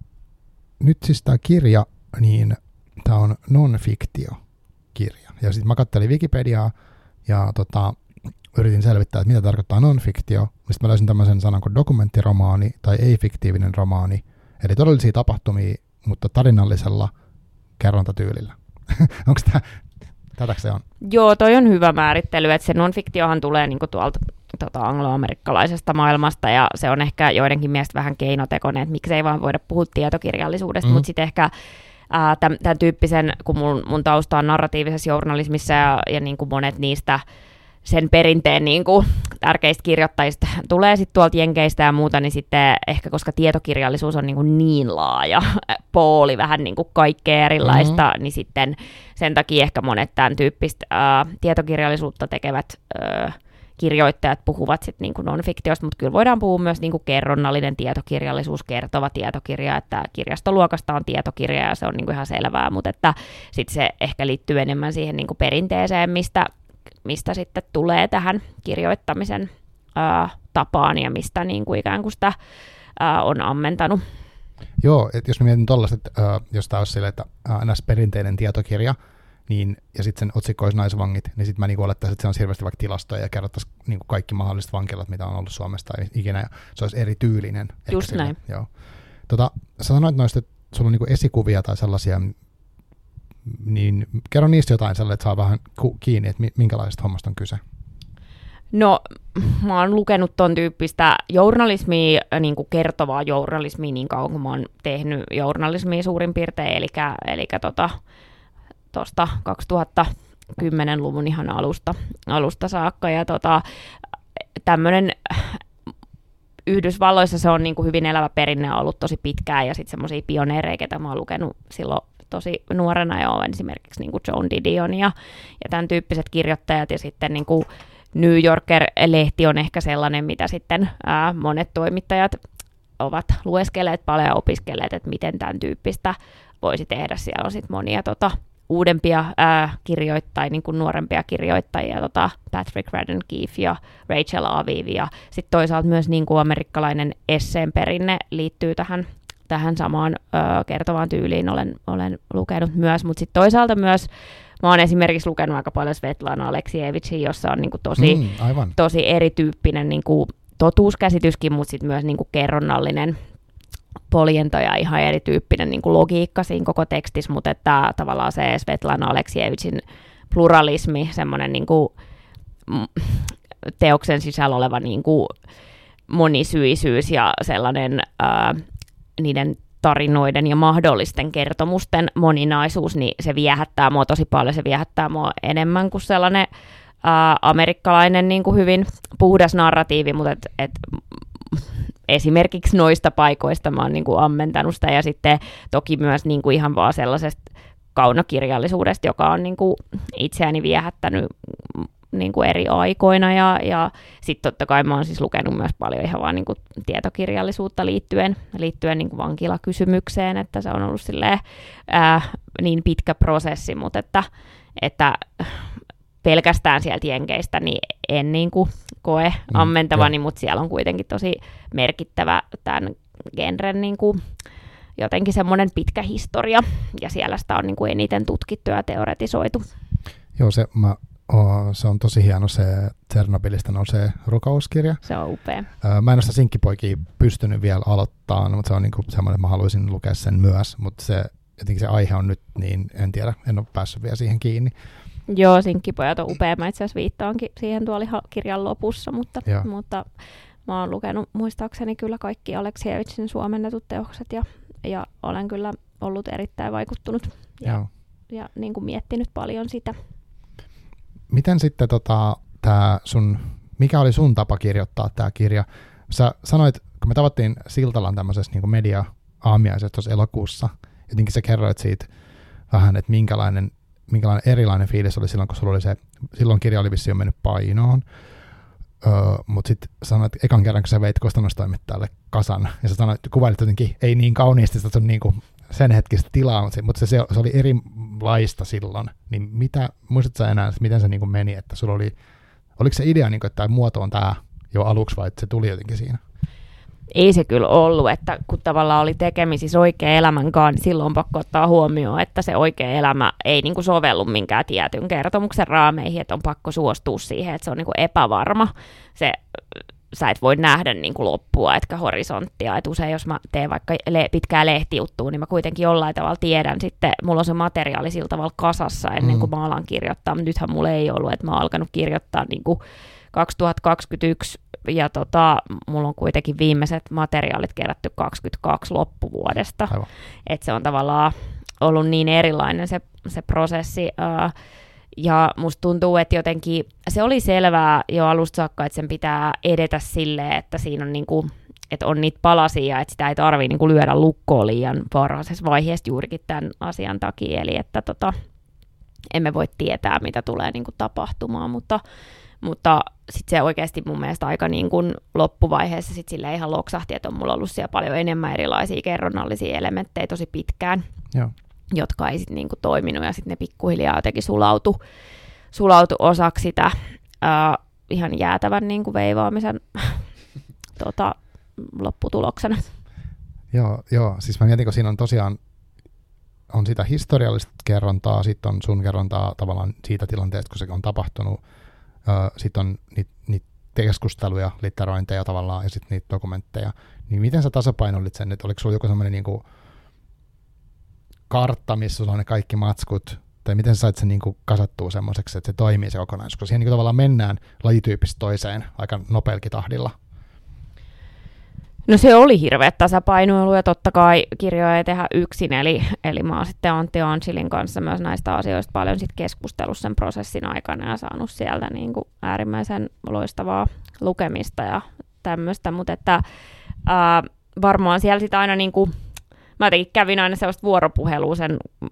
nyt siis tämä kirja, niin tämä on non-fiktio-kirja. Ja sitten mä katselin Wikipediaa ja tota, yritin selvittää, että mitä tarkoittaa non-fiktio. Sitten mä löysin tämmöisen sanan kuin dokumenttiromaani tai ei-fiktiivinen romaani. Eli todellisia tapahtumia, mutta tarinallisella kerrontatyylillä. Onko tämä, tätäkö se on? Joo, toi on hyvä määrittely, että se non-fiktiohan tulee niinku tuolta tota, angloamerikkalaisesta maailmasta, ja se on ehkä joidenkin mielestä vähän keinotekoinen, että miksei vaan voida puhua tietokirjallisuudesta, mm. mutta sitten ehkä ää, tämän, tämän tyyppisen, kun mun, mun tausta on narratiivisessa journalismissa, ja, ja niin kuin monet niistä sen perinteen niin kuin tärkeistä kirjoittajista tulee sitten tuolta jenkeistä ja muuta, niin sitten ehkä koska tietokirjallisuus on niin, kuin niin laaja pooli, vähän niin kuin kaikkea erilaista, mm-hmm. niin sitten sen takia ehkä monet tämän tyyppistä ää, tietokirjallisuutta tekevät ää, kirjoittajat puhuvat sitten niin kuin non-fiktiosta, mutta kyllä voidaan puhua myös niin kuin kerronnallinen tietokirjallisuus, kertova tietokirja, että kirjastoluokasta on tietokirja ja se on niin kuin ihan selvää, mutta että sitten se ehkä liittyy enemmän siihen niin kuin perinteeseen, mistä mistä sitten tulee tähän kirjoittamisen ää, tapaan ja mistä niin kuin ikään kuin sitä ää, on ammentanut. Joo, että jos mä mietin tuollaista, että äh, jos tämä olisi silleen, että äh, ns. Perinteinen tietokirja, niin, ja sitten sen otsikko olisi naisvangit, niin sitten mä niinku olettaisin, että se on hirveästi vaikka tilastoja ja kerrottaisiin niinku kaikki mahdolliset vankilat, mitä on ollut Suomesta ikinä, ja se olisi erityylinen. Just näin. Joo. Tota, sä sanoit noista, että sulla on niinku esikuvia tai sellaisia, niin kerro niistä jotain sellainen, että saa vähän kiinni, että minkälaisesta hommasta on kyse. No, mä oon lukenut ton tyyppistä journalismia, niin kuin kertovaa journalismia niin kauan, kun mä oon tehnyt journalismia suurin piirtein, eli, eli tota, tuosta kaksituhattakymmenluvun ihan alusta, alusta saakka. Ja tota, tämmöinen Yhdysvalloissa se on niin kuin hyvin elävä perinne ollut tosi pitkään, ja sitten semmoisia pioneereja, ketä mä oon lukenut silloin tosi nuorena jo, esimerkiksi niin kuin Joan Didion ja, ja tämän tyyppiset kirjoittajat, ja sitten niin kuin New Yorker-lehti on ehkä sellainen, mitä sitten ää, monet toimittajat ovat lueskelleet paljon ja opiskelleet, että miten tämän tyyppistä voisi tehdä. Siellä on sitten monia tota, uudempia ää, kirjoittajia, niin kuin nuorempia kirjoittajia, tota, Patrick Radden Keefe ja Rachel Aviv, ja sitten toisaalta myös niin kuin amerikkalainen esseen perinne liittyy tähän, tähän samaan ää, kertovaan tyyliin, olen, olen lukenut myös, mutta sitten toisaalta myös mä oon esimerkiksi lukenut aika paljon Svetlana Aleksijevitsia, jossa on niinku tosi, mm, tosi erityyppinen niinku totuuskäsityskin, mutta sitten myös niinku kerronnallinen poljento ja ihan erityyppinen niinku logiikka siinä koko tekstissä, mutta että tavallaan se Svetlana Aleksijevitsin pluralismi, semmoinen niinku teoksen sisällä oleva niinku monisyisyys ja sellainen ää, niiden tarinoiden ja mahdollisten kertomusten moninaisuus, niin se viehättää mua tosi paljon, se viehättää mua enemmän kuin sellainen ää, amerikkalainen niin kuin hyvin puhdas narratiivi, mutta et, et, esimerkiksi noista paikoista mä oon niin kuin ammentanut sitä, ja sitten toki myös niin kuin ihan vaan sellaisesta kaunokirjallisuudesta, joka on niin kuin itseäni viehättänyt niin kuin eri aikoina, ja, ja sitten totta kai mä oon siis lukenut myös paljon ihan vaan niin kuin tietokirjallisuutta liittyen, liittyen niin kuin vankilakysymykseen, että se on ollut silleen, ää, niin pitkä prosessi, mutta että, että pelkästään sieltä jenkeistä niin en niin kuin koe ammentavani, mm, mutta siellä on kuitenkin tosi merkittävä tämän genren niin kuin jotenkin semmoinen pitkä historia, ja siellä sitä on niin kuin eniten tutkittu ja teoretisoitu. Joo, se mä Oh, se on tosi hieno, se Tsernobylistä nousee rukouskirja. Se on upea. Mä en ole sitä Sinkkipoikia pystynyt vielä aloittamaan, mutta se on niinku semmoinen, että mä haluaisin lukea sen myös, mutta se, jotenkin se aihe on nyt, niin en tiedä, en ole päässyt vielä siihen kiinni. Joo, Sinkkipojat on upea. Mä itse asiassa viittaankin siihen tuolla kirjan lopussa, mutta, mutta mä oon lukenut muistaakseni kyllä kaikki Aleksijevitsin suomennetut teokset, ja, ja olen kyllä ollut erittäin vaikuttunut ja, ja niin kuin miettinyt paljon sitä. Miten sitten tota, tää sun, mikä oli sun tapa kirjoittaa tämä kirja? Sä sanoit, kun me tavattiin Siltalan tämmöisessä niin kuin media-aamiaisessa tuossa elokuussa, jotenkin sä kerroit siitä vähän, että minkälainen, minkälainen erilainen fiilis oli silloin, kun sulla oli se, silloin kirja oli vissiin jo mennyt painoon, öö, mutta sitten sanoit, että ekan kerran, kun sä veit kustannustoimittajalle kasan, ja sä sanoit, kuvailit jotenkin, ei niin kauniisti sitä sun niin kuin sen hetkistä tilaa, mutta se, mutta se, se oli erilaista silloin. Niin mitä, muistatko sä enää, miten se niin kuin meni, että sulla oli, oliko se idea, niin kuin, että tämä muoto on tämä jo aluksi, vai että se tuli jotenkin siinä? Ei se kyllä ollut, että kun tavallaan oli tekemisissä oikean elämän kanssa, niin silloin on pakko ottaa huomioon, että se oikea elämä ei niin kuin sovellu minkään tietyn kertomuksen raameihin, että on pakko suostua siihen, että se on niin kuin epävarma. Se, sä et voi nähdä niin kuin loppua, etkä horisonttia. Et usein jos mä teen vaikka le- pitkää lehtijuttua, niin mä kuitenkin jollain tavalla tiedän sitten, mulla on se materiaali sillä tavalla kasassa ennen kuin mm. mä alan kirjoittaa, mutta nythän mulla ei ollut, että mä oon alkanut kirjoittaa niin kuin kaksituhattakaksikymmentäyksi, ja tota, mulla on kuitenkin viimeiset materiaalit kerätty kaksikymmentäkaksi loppuvuodesta. Että se on tavallaan ollut niin erilainen se, se prosessi. Ää, ja musta tuntuu, että jotenkin se oli selvää jo alusta saakka, että sen pitää edetä silleen, että siinä on, niinku, että on niitä palasia, että sitä ei tarvitse niinku lyödä lukkoon liian varhaisessa vaiheessa juurikin tämän asian takia. Eli että tota, emme voi tietää, mitä tulee niinku tapahtumaan, mutta Mutta sitten se oikeasti mun mielestä aika niin kuin loppuvaiheessa sit sille ihan loksahti, että on mulla ollut siellä paljon enemmän erilaisia kerronnallisia elementtejä tosi pitkään, Joo. jotka ei sitten niin kuin toiminut, ja sitten ne pikkuhiljaa jotenkin sulautu, sulautu osaksi sitä. Uh, ihan jäätävän niin kuin veivaamisen tota, lopputuloksena. Joo, joo, siis mä mietin, kun siinä on tosiaan on sitä historiallista kerrontaa, sitten on sun kerrontaa tavallaan siitä tilanteesta, kun se on tapahtunut, sitten on niitä niit keskusteluja, litterointeja tavallaan, ja sitten niitä dokumentteja. Niin miten sä tasapainoilit sen, että oliko sulla joku semmoinen niinku kartta, missä sulla on ne kaikki matskut, tai miten sä sait sen niinku kasattua semmoiseksi, että se toimii se kokonaisuus, koska siihen niinku tavallaan mennään lajityypistä toiseen aika nopeallakin tahdilla. No se oli hirveä tasapainoilu, ja totta kai kirjoja ei tehdä yksin, eli, eli mä oon sitten Antti Ansilin kanssa myös näistä asioista paljon sit keskustellut sen prosessin aikana ja saanut sieltä niin kuin äärimmäisen loistavaa lukemista ja tämmöistä, mutta että ää, varmaan siellä sitten aina niin kuin, mä jotenkin kävin aina sellaista vuoropuhelua sen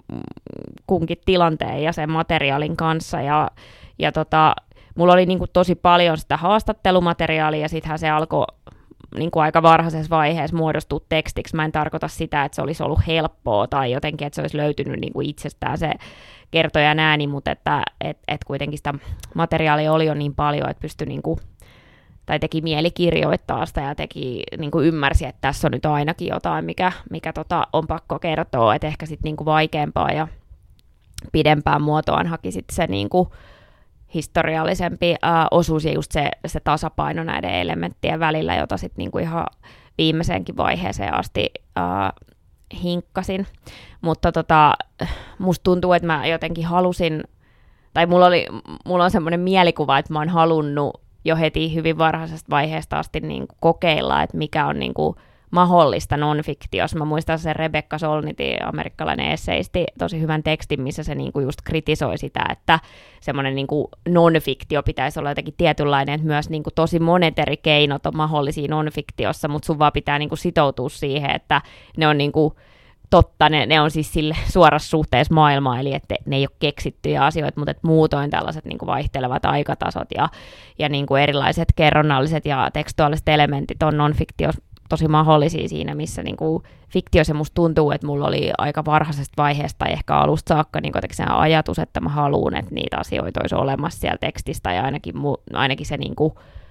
kunkin tilanteen ja sen materiaalin kanssa, ja, ja tota, mulla oli niin kuin tosi paljon sitä haastattelumateriaalia, ja sittenhän se alkoi niin kuin aika varhaisessa vaiheessa muodostuu tekstiksi. Mä en tarkoita sitä, että se olisi ollut helppoa tai jotenkin, että se olisi löytynyt niin kuin itsestään se kertojan ääni, mutta että et, et kuitenkin sitä materiaalia oli jo niin paljon, että pystyi niin kuin, tai teki mieli kirjoittaa sitä ja teki, niin kuin ymmärsi, että tässä on nyt ainakin jotain, mikä, mikä tota, on pakko kertoa, että ehkä sitten niin kuin vaikeampaa ja pidempään muotoaan haki sitten se niin kuin historiallisempi äh, osuus ja just se, se tasapaino näiden elementtien välillä, jota sitten niinku ihan viimeiseenkin vaiheeseen asti äh, hinkkasin. Mutta tota, musta tuntuu, että mä jotenkin halusin, tai mulla, oli, mulla on semmoinen mielikuva, että mä oon halunnut jo heti hyvin varhaisesta vaiheesta asti niinku kokeilla, että mikä on niinku mahdollista non-fiktiossa. Mä muistan sen Rebecca Solnitin, amerikkalainen esseisti, tosi hyvän tekstin, missä se niinku just kritisoi sitä, että semmoinen niinku non-fiktio pitäisi olla jotenkin tietynlainen, että myös niinku tosi monet eri keinot on mahdollisia non-fiktiossa, mutta sun vaan pitää niinku sitoutua siihen, että ne on niinku totta, ne, ne on siis sille suorassa suhteessa maailmaan, eli että ne ei ole keksittyjä asioita, mutta että muutoin tällaiset niinku vaihtelevat aikatasot ja, ja niinku erilaiset kerronnalliset ja tekstuaaliset elementit on non-fiktiossa tosi mahdollisia siinä, missä niin kuin fiktiossa musta tuntuu, että mulla oli aika varhaisesta vaiheesta tai ehkä alusta saakka niin se ajatus, että mä haluan, että niitä asioita olisi olemassa siellä tekstistä ja ainakin, ainakin se niin kuin,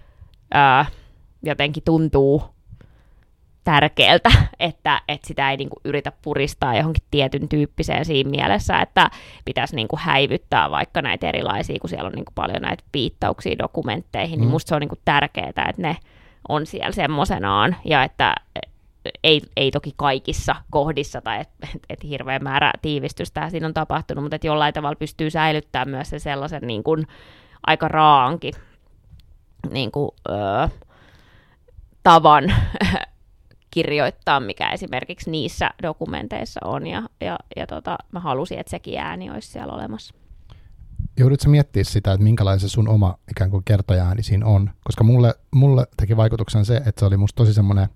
ää, jotenkin tuntuu tärkeältä, että, että sitä ei niin kuin yritä puristaa johonkin tietyn tyyppiseen siinä mielessä, että pitäisi niin kuin häivyttää vaikka näitä erilaisia, kun siellä on niin kuin paljon näitä viittauksia dokumentteihin, mm. niin musta se on niin kuin tärkeää, että ne on siellä semmoisenaan, ja että ei, ei toki kaikissa kohdissa, tai että et, et hirveä määrä tiivistystä siinä on tapahtunut, mutta että jollain tavalla pystyy säilyttämään myös se sellaisen niin kuin, aika raankin niin kuin, ö, tavan kirjoittaa, mikä esimerkiksi niissä dokumenteissa on, ja, ja, ja tota, mä halusin, että sekin ääni olisi siellä olemassa. Joudutko miettiä sitä, että minkälainen se sun oma ikään kuin kertoja-ääni siinä on? Koska mulle, mulle teki vaikutuksen se, että se oli musta tosi semmoinen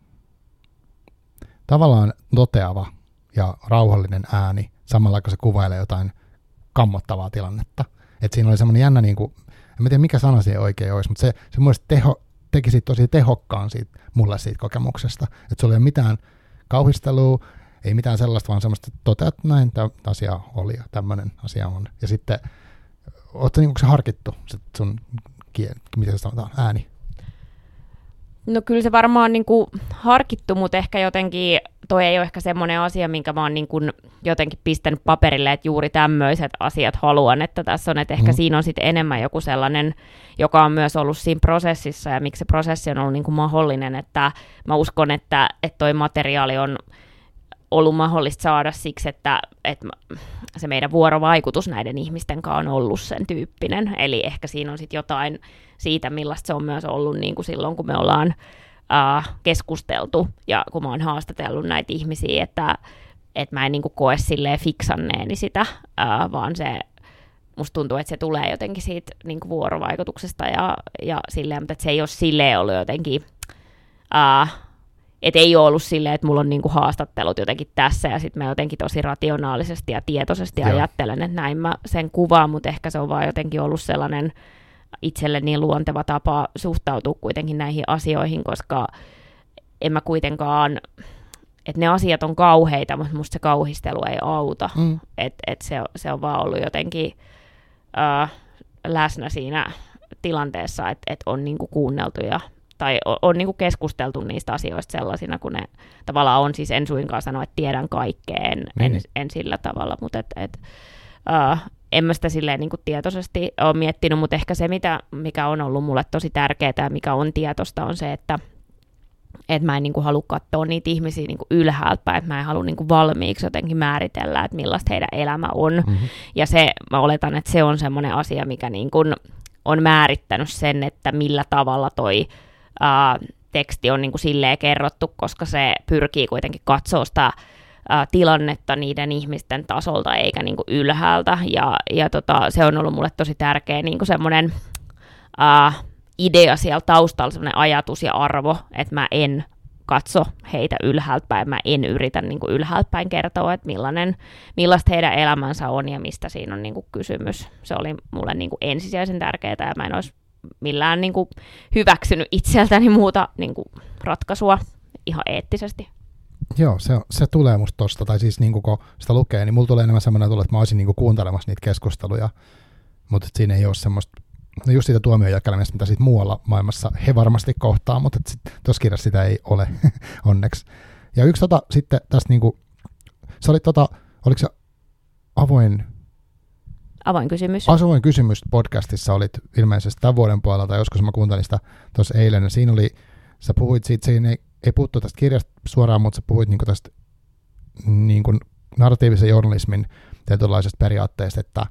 tavallaan toteava ja rauhallinen ääni, samalla kun se kuvailee jotain kammottavaa tilannetta. Että siinä oli semmoinen jännä, niin kuin, en tiedä mikä sana siihen oikein olisi, mutta se, se mun teho, teki siitä tosi tehokkaan siitä, mulle siitä kokemuksesta. Että se oli mitään kauhistelua, ei mitään sellaista, vaan semmoista, että toteat näin, tämä asia oli ja tämmöinen asia on. Ja sitten, ootko niin se harkittu, se sun kieli, miten se sanotaan, ääni? No kyllä se varmaan niin kuin harkittu, mutta ehkä jotenkin toi ei ole ehkä semmoinen asia, minkä mä oon niin kuin jotenkin pistänyt paperille, että juuri tämmöiset asiat haluan, että tässä on, että ehkä mm. siinä on sitten enemmän joku sellainen, joka on myös ollut siinä prosessissa ja miksi se prosessi on ollut niin kuin mahdollinen, että mä uskon, että, että toi materiaali on ollut mahdollista saada siksi, että, että se meidän vuorovaikutus näiden ihmisten kanssa on ollut sen tyyppinen. Eli ehkä siinä on sitten jotain siitä, millaista se on myös ollut niin kuin silloin, kun me ollaan äh, keskusteltu ja kun mä oon haastatellut näitä ihmisiä, että, että mä en niin kuin koe silleen fiksanneeni sitä, äh, vaan se musta tuntuu, että se tulee jotenkin siitä niin kuin vuorovaikutuksesta ja, ja silleen, mutta että se ei ole silleen ollut jotenkin Äh, että ei ole ollut silleen, että mulla on niinku haastattelut jotenkin tässä, ja sitten mä jotenkin tosi rationaalisesti ja tietoisesti Joo. ajattelen, että näin mä sen kuvaan, mutta ehkä se on vaan jotenkin ollut sellainen itselle niin luonteva tapa suhtautua kuitenkin näihin asioihin, koska en mä kuitenkaan, että ne asiat on kauheita, mutta musta se kauhistelu ei auta. Mm. Että et se, se on vaan ollut jotenkin äh, läsnä siinä tilanteessa, että, että on niin kuin kuunneltu ja tai on, on niin kuin keskusteltu niistä asioista sellaisina, kun ne tavallaan on, siis en suinkaan sano, että tiedän kaikkea, en, en, en sillä tavalla, mutta et, et, uh, en mä sitä silleen niin kuin tietoisesti ole miettinyt, mutta ehkä se, mitä, mikä on ollut mulle tosi tärkeää ja mikä on tietoista, on se, että et mä en niin kuin halua katsoa niitä ihmisiä niin kuin ylhäältä päin, että mä en halua niin kuin valmiiksi jotenkin määritellä, että millaista heidän elämä on, mm-hmm. ja se, mä oletan, että se on semmoinen asia, mikä niin kuin on määrittänyt sen, että millä tavalla toi Uh, teksti on niin kuin silleen kerrottu, koska se pyrkii kuitenkin katsoa sitä uh, tilannetta niiden ihmisten tasolta eikä niin kuin ylhäältä, ja, ja tota, se on ollut mulle tosi tärkeä niin kuin semmoinen uh, idea siellä taustalla, semmoinen ajatus ja arvo, että mä en katso heitä ylhäältä päin, mä en yritä niin kuin ylhäältä päin kertoa, että millainen, millaista heidän elämänsä on ja mistä siinä on niin kuin kysymys. Se oli mulle niin kuin ensisijaisen tärkeää, ja mä en olisi millään niin kuin hyväksynyt itseltäni muuta niin kuin ratkaisua ihan eettisesti. Joo, se, se tulee musta tosta, tai siis niin kuin kun sitä lukee, niin mulla tulee enemmän semmoinen tulo, että mä olisin niin kuin kuuntelemassa niitä keskusteluja, mutta siinä ei ole semmoista, no just siitä tuomion jakelemista, mitä siitä muualla maailmassa he varmasti kohtaa, mutta tuossa kirjassa sitä ei ole, onneksi. Ja yksi tota sitten tästä niin kuin, se oli tota, oliko se avoin, Avoin kysymys. Avoin kysymys podcastissa olit ilmeisesti tämän vuoden puolella, tai joskus mä kuuntelin sitä tuossa eilen, ja siinä oli, sä puhuit siitä, siinä ei, ei puhuttu tästä kirjasta suoraan, mutta sä puhuit niinku tästä niinku narratiivisen journalismin tietynlaisesta periaatteesta, että,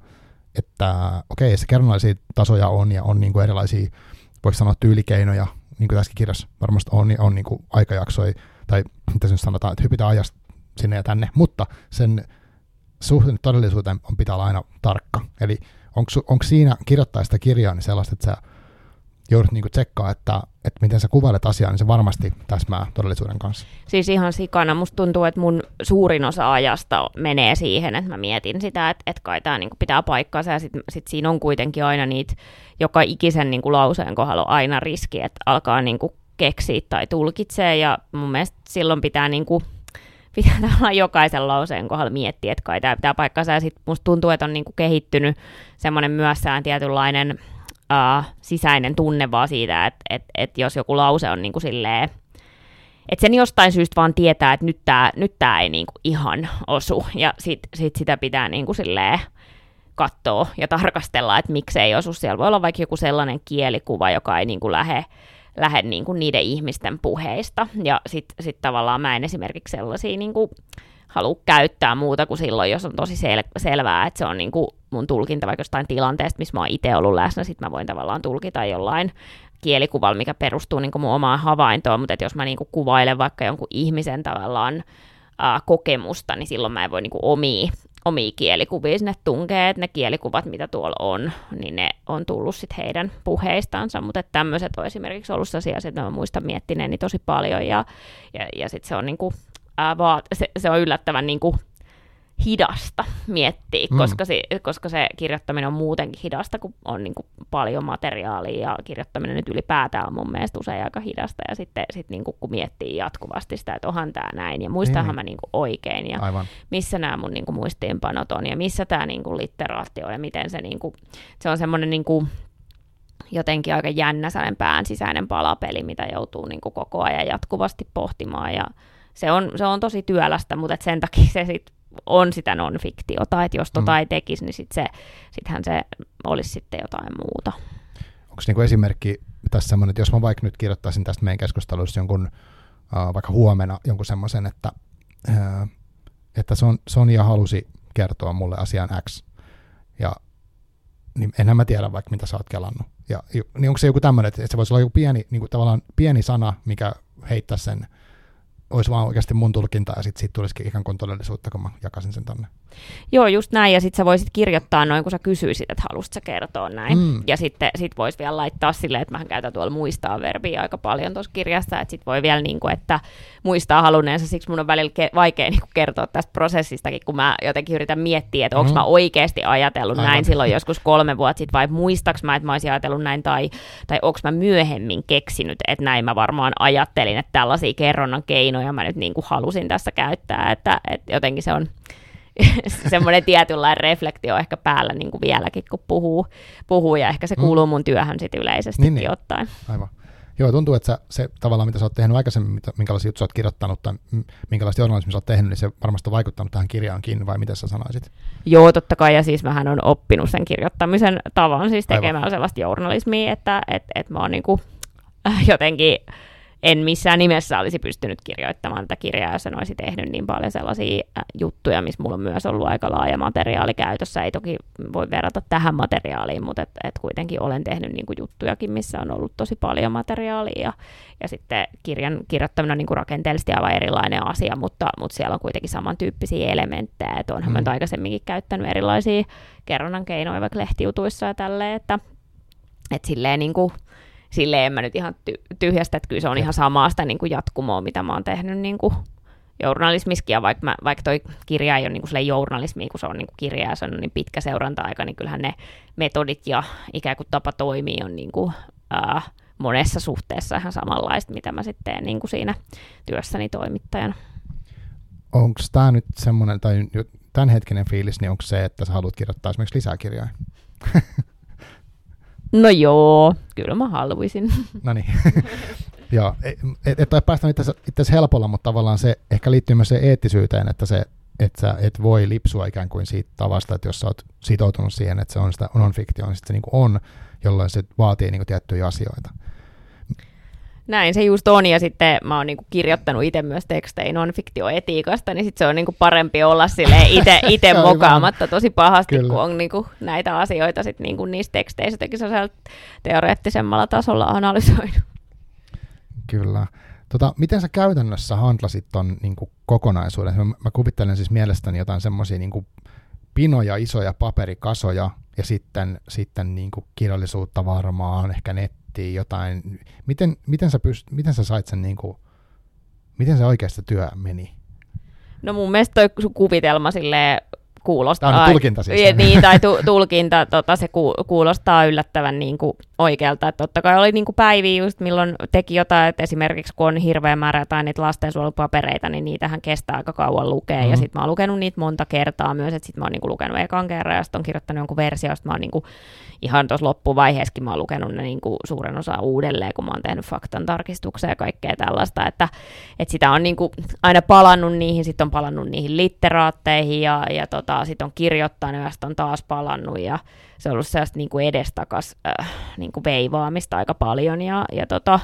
että okei, se kerronnallisia tasoja on, ja on niinku erilaisia, voiko sanoa tyylikeinoja, niin kuin tässäkin kirjassa varmasti on, niin on niinku aikajaksoja, tai mitä se nyt sanotaan, että hypitään ajasta sinne ja tänne, mutta sen suhteen todellisuuteen on pitää olla aina tarkka. Eli onko siinä kirjoittaa sitä kirjaa niin sellaista, että sä joudut niinku tsekkaa, että, että miten sä kuvailet asiaa, niin se varmasti täsmää todellisuuden kanssa. Siis ihan sikana. Musta tuntuu, että mun suurin osa ajasta menee siihen, että mä mietin sitä, että, että kai tää niinku pitää paikkaansa, ja sitten sit siinä on kuitenkin aina niitä, joka ikisen niinku lauseen kohdalla on aina riski, että alkaa niinku keksiä tai tulkitsee, ja mun mielestä silloin pitää niinku pitää tavallaan jokaisen lauseen kohdalla miettiä, että kai tämä pitää paikkansa, ja sitten musta tuntuu, että on niinku kehittynyt semmoinen myössään tietynlainen uh, sisäinen tunne vaan siitä, että et, et jos joku lause on niinku silleen, että sen jostain syystä vaan tietää, että nyt tämä nyt tää ei niinku ihan osu, ja sitten sit sitä pitää niinku silleen katsoa ja tarkastella, että miksi ei osu. Siellä voi olla vaikka joku sellainen kielikuva, joka ei niinku lähde lähde niin kuin niiden ihmisten puheista, ja sitten sit tavallaan mä en esimerkiksi sellaisia niin kuin halua käyttää muuta kuin silloin, jos on tosi sel- selvää, että se on niin kuin mun tulkinta vaikka jostain tilanteesta, missä mä oon itse ollut läsnä, sitten mä voin tavallaan tulkita jollain kielikuvalla, mikä perustuu niin kuin mun omaan havaintoon, mutta jos mä niin kuin kuvailen vaikka jonkun ihmisen tavallaan ää, kokemusta, niin silloin mä en voi niin kuin omia, omia kielikuvia sinne tunkea, että ne kielikuvat, mitä tuolla on, niin ne on tullut sitten heidän puheistansa, mutta tämmöiset on esimerkiksi ollut sellaisia asioita, että mä muistan miettineeni tosi paljon, ja, ja, ja sitten se on, niinku, ää, vaat, se, se on yllättävän niinku hidasta miettiä, mm. koska, se, koska se kirjoittaminen on muutenkin hidasta, kun on niin kuin paljon materiaalia, ja kirjoittaminen nyt ylipäätään on mun mielestä usein aika hidasta, ja sitten sit niin kuin, kun miettii jatkuvasti sitä, että onhan tämä näin, ja muistahan mä niin kuin oikein, ja Aivan. missä nämä mun niin kuin muistiinpanot on, ja missä tämä niin kuin literaatti on, ja miten se, niin kuin, se on semmoinen niin kuin jotenkin aika jännä sellainen pään sisäinen palapeli, mitä joutuu niin kuin koko ajan jatkuvasti pohtimaan, ja se on, se on tosi työlästä, mutta et sen takia se sitten on sitä non-fiktiota, että jos tota mm. ei tekisi, niin sit se, sittenhän se olisi sitten jotain muuta. Onko niinku esimerkki tässä semmoinen, että jos mä vaikka nyt kirjoittaisin tästä meidän keskustelussa jonkun, äh, vaikka huomenna jonkun semmoisen, että, äh, että Son, Sonja halusi kertoa mulle asian X, ja niin enhän mä tiedä vaikka mitä sä oot kelannut. Ja, niin onko se joku tämmöinen, että se voisi olla joku pieni, niin kuin tavallaan pieni sana, mikä heittää sen, olisi vaan oikeasti mun tulkinta, ja sitten siitä tulisikin ikään kuin todellisuutta, kun mä jakasin sen tonne. Joo, just näin, ja sitten sä voisit kirjoittaa noin, kun sä kysyisit, että haluaisit sä kertoa näin. Mm. Ja sitten sit voisi vielä laittaa silleen, että mähän käytän tuolla muistaa verbiä aika paljon tuossa kirjassa, että sitten voi vielä, niin kuin, että muistaa halunneensa, siksi mun on välillä ke- vaikea niin kuin kertoa tästä prosessistakin, kun mä jotenkin yritän miettiä, että onko mm. mä oikeasti ajatellut Aivan. näin silloin joskus kolme vuotta sitten, vai muistaaks mä, että mä olisin ajatellut näin, tai, tai onko mä myöhemmin keksinyt, että näin mä varmaan ajattelin, että tällaisia kerronnan keinoja mä nyt niin kuin halusin tässä käyttää, että, että jotenkin se on semmoinen tietynlainen reflektio ehkä päällä niin kuin vieläkin, kun puhuu, puhuu, ja ehkä se kuuluu mun työhön sit yleisesti niin, niin. ottaen. Aivan. Joo, tuntuu, että sä, se tavallaan, mitä sä oot tehnyt aikaisemmin, minkälaisia juttuja sä oot kirjoittanut tai minkälaista journalismia sä oot tehnyt, niin se varmasti on vaikuttanut tähän kirjaankin, vai miten sä sanoisit? Joo, totta kai, ja siis mähän on oppinut sen kirjoittamisen tavan, siis tekemään Aivan. sellaista journalismia, että et, et mä oon niinku, äh, jotenkin, en missään nimessä olisi pystynyt kirjoittamaan tätä kirjaa, jos en olisi tehnyt niin paljon sellaisia äh, juttuja, missä mulla on myös ollut aika laaja materiaali käytössä. Ei toki voi verrata tähän materiaaliin, mutta et, et kuitenkin olen tehnyt niinku juttujakin, missä on ollut tosi paljon materiaalia. Ja, ja sitten kirjan kirjoittaminen on niinku rakenteellisesti aivan erilainen asia, mutta, mutta siellä on kuitenkin samantyyppisiä elementtejä. Et onhan mm. mä aikaisemminkin käyttänyt erilaisia kerronnan keinoja vaikka lehtijutuissa ja tälleen, että et silleen niinku... Silleen en mä nyt ihan ty- tyhjästä, että kyllä se on ihan samaa sitä niin kuin jatkumoa, mitä mä oon tehnyt niin kuin journalismiskin, ja vaikka, mä, vaikka toi kirja ei ole niin kuin journalismia, kun se on niin kuin kirja ja se on niin pitkä seuranta-aika, niin kyllähän ne metodit ja ikään kuin tapa toimia on niin kuin, ää, monessa suhteessa ihan samanlaista, mitä mä sitten teen niin kuin siinä työssäni toimittajana. Onko tämä nyt semmoinen, tai tämänhetkinen fiilis, niin onko se, että sä haluat kirjoittaa esimerkiksi lisää kirjaa? No joo, kyllä mä haluaisin. No niin. Joo, et, et ole päästänyt itse asiassa helpolla, mutta tavallaan se ehkä liittyy myös se eettisyyteen, että, se, että sä et voi lipsua ikään kuin siitä tavasta, että jos sä oot sitoutunut siihen, että se on sitä non-fiction, niin se niin kuin on, jolloin se vaatii niin kuin tiettyjä asioita. Näin se just on, ja sitten mä oon niinku kirjoittanut itse myös tekstejä non-fiktioetiikasta, niin sitten se on niinku parempi olla itse mokaamatta tosi pahasti, Kyllä. kun on niinku näitä asioita sit niinku niissä teksteissä jotenkin teoreettisemmalla tasolla analysoinut. Kyllä. Tota, miten sä käytännössä handlasit ton niinku kokonaisuuden? Mä, mä kuvittelen siis mielestäni jotain semmoisia niinku pinoja, isoja paperikasoja, ja sitten, sitten niinku kirjallisuutta varmaan, ehkä nettiä, jotain. Miten, miten, sä pyst, miten sä sait sen, niinku, miten se oikeasti työ meni? No mun mielestä toi sun kuvitelma silleen kuulostaa... Tämä on tulkinta siis. Niin, tai tu, tulkinta, tota, se ku, kuulostaa yllättävän niin kuin oikealta. Että totta kai oli niin kuin päiviä just, milloin teki jotain, että esimerkiksi kun on hirveä määrä jotain niitä lastensuojelupapereita, niin niitähän kestää aika kauan lukea. Mm-hmm. Ja sitten mä oon lukenut niitä monta kertaa myös, että sitten mä oon niin kuin lukenut ekan kerran ja sitten on kirjoittanut jonkun versio, sitten mä oon niin kuin ihan tuossa loppuvaiheessakin mä oon lukenut ne niin kuin suuren osa uudelleen, kun mä oon tehnyt faktan tarkistuksia ja kaikkea tällaista, että, että sitä on niin kuin aina palannut niihin, sitten on palannut niihin litteraatteihin ja, ja tota, sitten on kirjoittanut ja sitten on taas palannut ja se on ollut sellaista niin kuin edestakas äh, niin kuin veivaamista aika paljon ja, ja tota,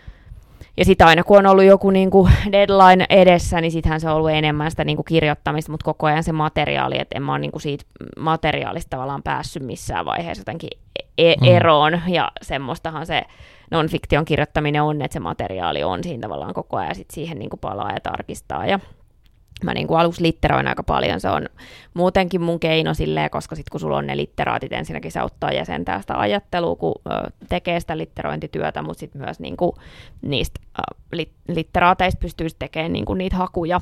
ja sitten aina kun on ollut joku niinku deadline edessä, niin sittenhän se on ollut enemmän sitä niinku kirjoittamista, mutta koko ajan se materiaali, että en mä ole niinku siitä materiaalista tavallaan päässyt missään vaiheessa jotenkin e- eroon, mm. ja semmoistahan se non-fiktion kirjoittaminen on, että se materiaali on siinä tavallaan koko ajan, ja sitten siihen niinku palaa ja tarkistaa, ja mä niin kuin aluksi litteroin aika paljon, se on muutenkin mun keino silleen, koska sitten kun sulla on ne litteraatit, ensinnäkin se auttaa jäsentää sitä ajattelua, kun ö, tekee sitä litterointityötä, mutta sitten myös niin kuin niistä ö, lit, litteraateista pystyy tekemään niin kuin niitä hakuja,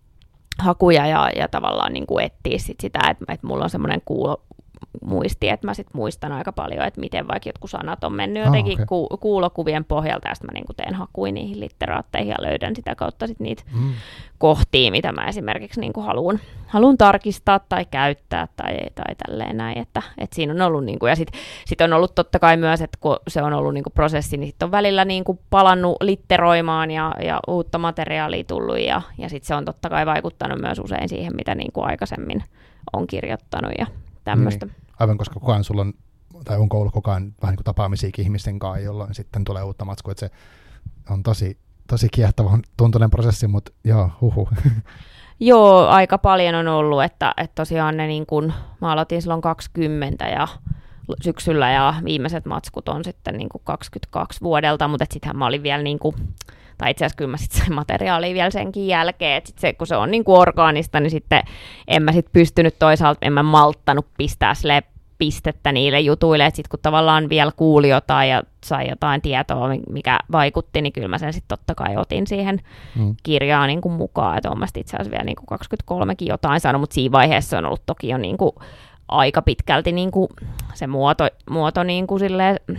hakuja ja, ja tavallaan niin kuin etsiä sit sitä, että, että mulla on semmoinen kuulo, muisti, että mä sit muistan aika paljon, että miten vaikka jotkut sanat on mennyt jotenkin ah, okay. ku, kuulokuvien pohjalta, ja sitten mä niinku teen hakuja niihin litteraatteihin ja löydän sitä kautta sit niitä mm. kohtia, mitä mä esimerkiksi niinku haluan, haluan tarkistaa tai käyttää tai, tai tälleen näin, että, että siinä on ollut, niinku, ja sitten sit on ollut totta kai myös, että kun se on ollut niinku prosessi, niin sitten on välillä niinku palannut litteroimaan ja, ja uutta materiaalia tullut, ja, ja sitten se on totta kai vaikuttanut myös usein siihen, mitä niinku aikaisemmin on kirjoittanut ja tämmöistä. Niin. Aivan, koska koko ajan sulla on, tai onko ollut koko ajan vähän niin kuin tapaamisiakin ihmisten kanssa, jolloin sitten tulee uutta matskua, että se on tosi, tosi kiehtova tuntuinen prosessi, mutta joo, huhu. Joo, aika paljon on ollut, että, että tosiaan ne niin kuin, mä aloitin silloin kaksikymmentä ja syksyllä ja viimeiset matskut on sitten niin kuin kaksikymmentäkaksi vuodelta, mutta sittenhän mä olin vielä niin kuin, tai itse asiassa kyllä mä sitten sain materiaalia vielä senkin jälkeen, että sit se, kun se on niin kuin orgaanista, niin sitten en mä sitten pystynyt toisaalta, en mä malttanut pistää sille pistettä niille jutuille, että sitten kun tavallaan vielä kuuli jotain ja sai jotain tietoa, mikä vaikutti, niin kyllä mä sen sitten totta kai otin siihen mm. kirjaan niin kuin mukaan, että olen mä itse asiassa vielä niin kuin kaksikymmentäkolmekin jotain sanonut, mutta siinä vaiheessa on ollut toki jo niin kuin aika pitkälti niin kuin se muoto, muoto niin kuin silleen,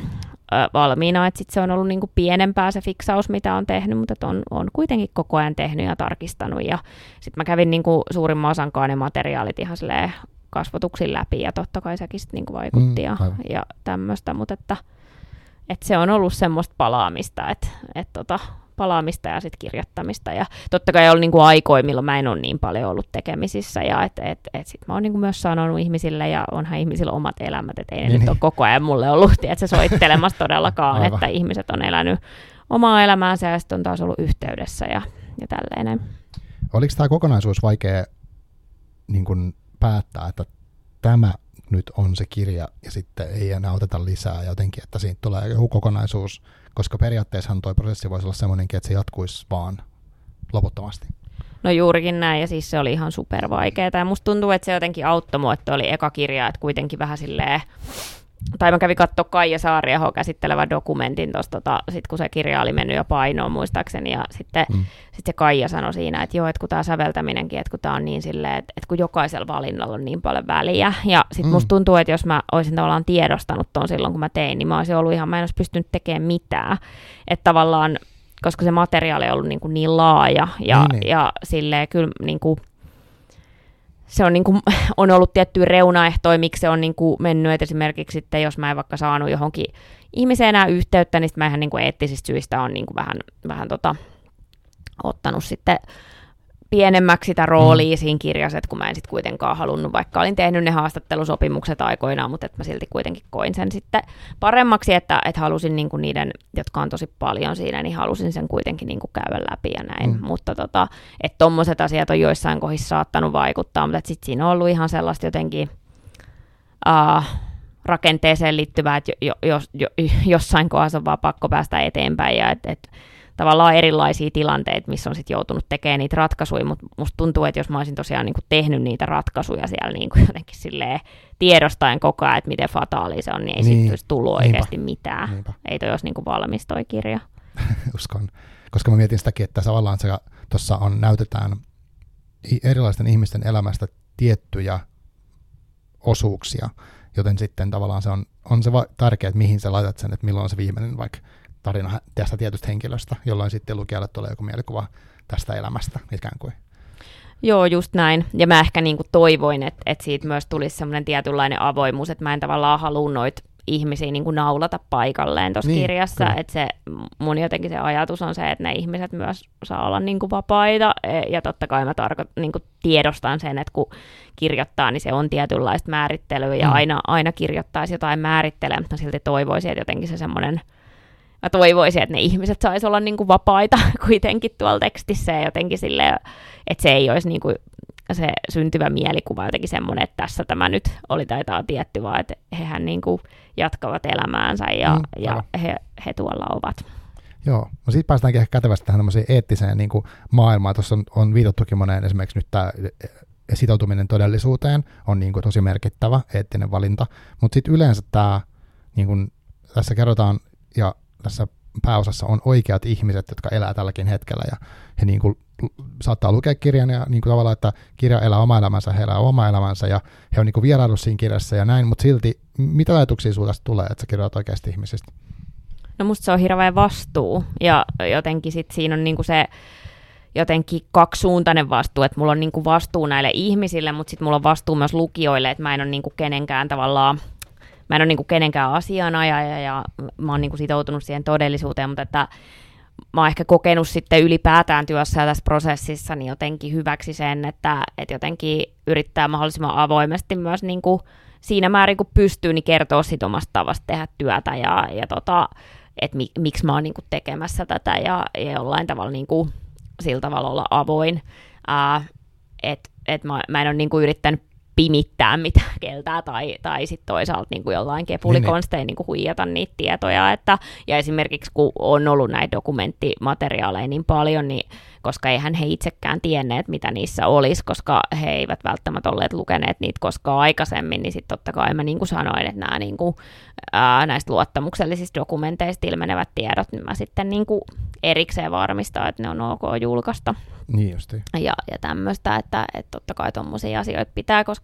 äh, valmiina, että sit se on ollut niinku pienempää se fiksaus, mitä on tehnyt, mutta on, on kuitenkin koko ajan tehnyt ja tarkistanut. Ja sitten mä kävin niinku suurimman osankaan ne materiaalit ihan silleen kasvotuksin läpi, ja totta kai sekin sitten niinku vaikutti mm, ja, ja tämmöistä, mutta että, että se on ollut semmoista palaamista, että, että tota, palaamista ja sitten kirjoittamista. Ja totta kai on niinku aikoja, milloin mä en ole niin paljon ollut tekemisissä, ja että et, et sit mä oon niinku myös sanonut ihmisille, ja onhan ihmisillä omat elämät, että ei ne niin, nyt ole koko ajan mulle ollut tiedätkö, soittelemassa todellakaan, että ihmiset on elänyt omaa elämäänsä, ja sitten on taas ollut yhteydessä ja, ja tälleen. Oliko tämä kokonaisuus vaikea niin kun päättää, että tämä nyt on se kirja ja sitten ei enää oteta lisää jotenkin, että siitä tulee joku kokonaisuus, koska periaatteessahan tuo prosessi voisi olla semmoinenkin, että se jatkuisi vaan loputtomasti. No juurikin näin, ja siis se oli ihan supervaikeaa, ja musta tuntuu, että se jotenkin auttoi mua, että oli eka kirja, että kuitenkin vähän silleen, tai mä kävin katsoa Kaija Saariaho käsittelevän dokumentin tuosta, tota, sit kun se kirja oli mennyt jo painoon muistaakseni, ja sitten mm. sit se Kaija sanoi siinä, että joo, että kun tämä säveltäminenkin, että kun tämä on niin silleen, että, että kun jokaisella valinnalla on niin paljon väliä, ja sitten mm. musta tuntuu, että jos mä olisin tavallaan tiedostanut ton silloin, kun mä tein, niin mä olisin ollut ihan, mä en olisi pystynyt tekemään mitään, että tavallaan, koska se materiaali on ollut niin, kuin niin laaja, ja, niin, niin. ja silleen kyllä niin kuin, se on, niin kuin, on ollut tiettyjä reunaehtoja, miksi se on niin kuin mennyt, että esimerkiksi sitten, jos mä en vaikka saanut johonkin ihmiseen enää yhteyttä, niin sitten mä ihan niin kuin eettisistä syistä on niin kuin vähän, vähän tota, ottanut sitten pienemmäksi sitä roolia mm. siinä kirjassa, että kun mä en sitten kuitenkaan halunnut, vaikka olin tehnyt ne haastattelusopimukset aikoinaan, mutta että mä silti kuitenkin koin sen sitten paremmaksi, että, että halusin niin kuin niiden, jotka on tosi paljon siinä, niin halusin sen kuitenkin niin kuin käydä läpi ja näin, mm. mutta tota, että tommoset asiat on joissain kohdissa saattanut vaikuttaa, mutta sitten siinä on ollut ihan sellaista jotenkin uh, rakenteeseen liittyvää, että jo, jo, jo, jossain kohdassa on vaan pakko päästä eteenpäin ja että et, tavallaan erilaisia tilanteita, missä on sitten joutunut tekemään niitä ratkaisuja, mutta musta tuntuu, että jos mä olisin tosiaan niinku tehnyt niitä ratkaisuja siellä niinku jotenkin silleen tiedostaen koko ajan, että miten fataalia se on, niin ei niin. sitten olisi tullut oikeasti Niinpä. mitään. Niinpä. Ei toi olisi niinku valmis toi kirja. Uskon, koska mä mietin sitäkin, että tavallaan tuossa on näytetään erilaisten ihmisten elämästä tiettyjä osuuksia, joten sitten tavallaan se on, on se va- tärkeää, että mihin sä laitat sen, että milloin on se viimeinen vaikka tarina tästä tietystä henkilöstä, jolloin sitten lukijalle tulee joku mielikuva tästä elämästä ikään kuin. Joo, just näin. Ja mä ehkä niinku toivoin, että, että siitä myös tulisi semmoinen tietynlainen avoimuus, että mä en tavallaan halua noita ihmisiä niinku naulata paikalleen tuossa niin, kirjassa. Että se, mun jotenkin se ajatus on se, että ne ihmiset myös saa olla niinku vapaita. Ja totta kai mä tarko- niinku tiedostan sen, että kun kirjoittaa, niin se on tietynlaista määrittelyä ja mm. aina, aina kirjoittaisi jotain määrittelee, mutta silti toivoisin, että jotenkin se semmoinen mä toivoisin, että ne ihmiset saisi olla niin kuin vapaita kuitenkin tuolla tekstissä ja jotenkin silleen, että se ei olisi niin kuin se syntyvä mielikuva jotenkin semmoinen, että tässä tämä nyt oli taitaa tietty, vaan että hehän niin kuin jatkavat elämäänsä ja, mm, ja he, he tuolla ovat. Joo, no siitä päästäänkin ehkä kätevästi tähän tämmöiseen eettiseen niin kuin maailmaan. Tuossa on, on viitattukin moneen esimerkiksi nyt tämä sitoutuminen todellisuuteen on niin kuin tosi merkittävä eettinen valinta, mutta sitten yleensä tämä, niin kuin tässä kerrotaan, ja tässä pääosassa on oikeat ihmiset, jotka elää tälläkin hetkellä, ja he niin kuin saattaa lukea kirjan, ja niin kuin tavallaan, että kirja elää oma elämänsä, he elää oma elämänsä, ja he on niin kuin vieraillut siinä kirjassa ja näin, mutta silti, mitä ajatuksia sinulla tulee, että sä kirjoitat oikeasti ihmisistä? No musta se on hirveä vastuu, ja jotenkin sit siinä on niin kuin se jotenkin kaksisuuntainen vastuu, että mulla on niin kuin vastuu näille ihmisille, mutta sitten mulla on vastuu myös lukijoille, että mä en ole niin kuin kenenkään tavallaan Mä en ole niinku kenenkään asianajaja ja mä oon niinku sitoutunut siihen todellisuuteen, mutta että mä oon ehkä kokenut sitten ylipäätään työssä ja tässä prosessissa niin jotenkin hyväksi sen, että, että jotenkin yrittää mahdollisimman avoimesti myös niinku siinä määrin kun pystyy, niin kertoo sit omasta tavasta tehdä työtä ja, ja tota, että mi, miksi mä oon niinku tekemässä tätä ja, ja jollain tavalla niinku, sillä tavalla olla avoin. Uh, että et mä, mä en ole niinku yrittänyt pimittää mitä keltää tai, tai sitten toisaalta niin kuin jollain kepulikonstein niin kuin huijata niitä tietoja. Että, ja esimerkiksi kun on ollut näitä dokumenttimateriaaleja niin paljon, niin koska eihän he itsekään tienneet, mitä niissä olisi, koska he eivät välttämättä olleet lukeneet niitä koskaan aikaisemmin, niin sitten totta kai mä niin kuin sanoin, että nämä niin kuin, ää, näistä luottamuksellisista dokumenteista ilmenevät tiedot, niin mä sitten niin kuin erikseen varmistaa, että ne on ok julkaista. Niin justiin. Ja, ja tämmöistä, että, että totta kai tuommoisia asioita pitää, koska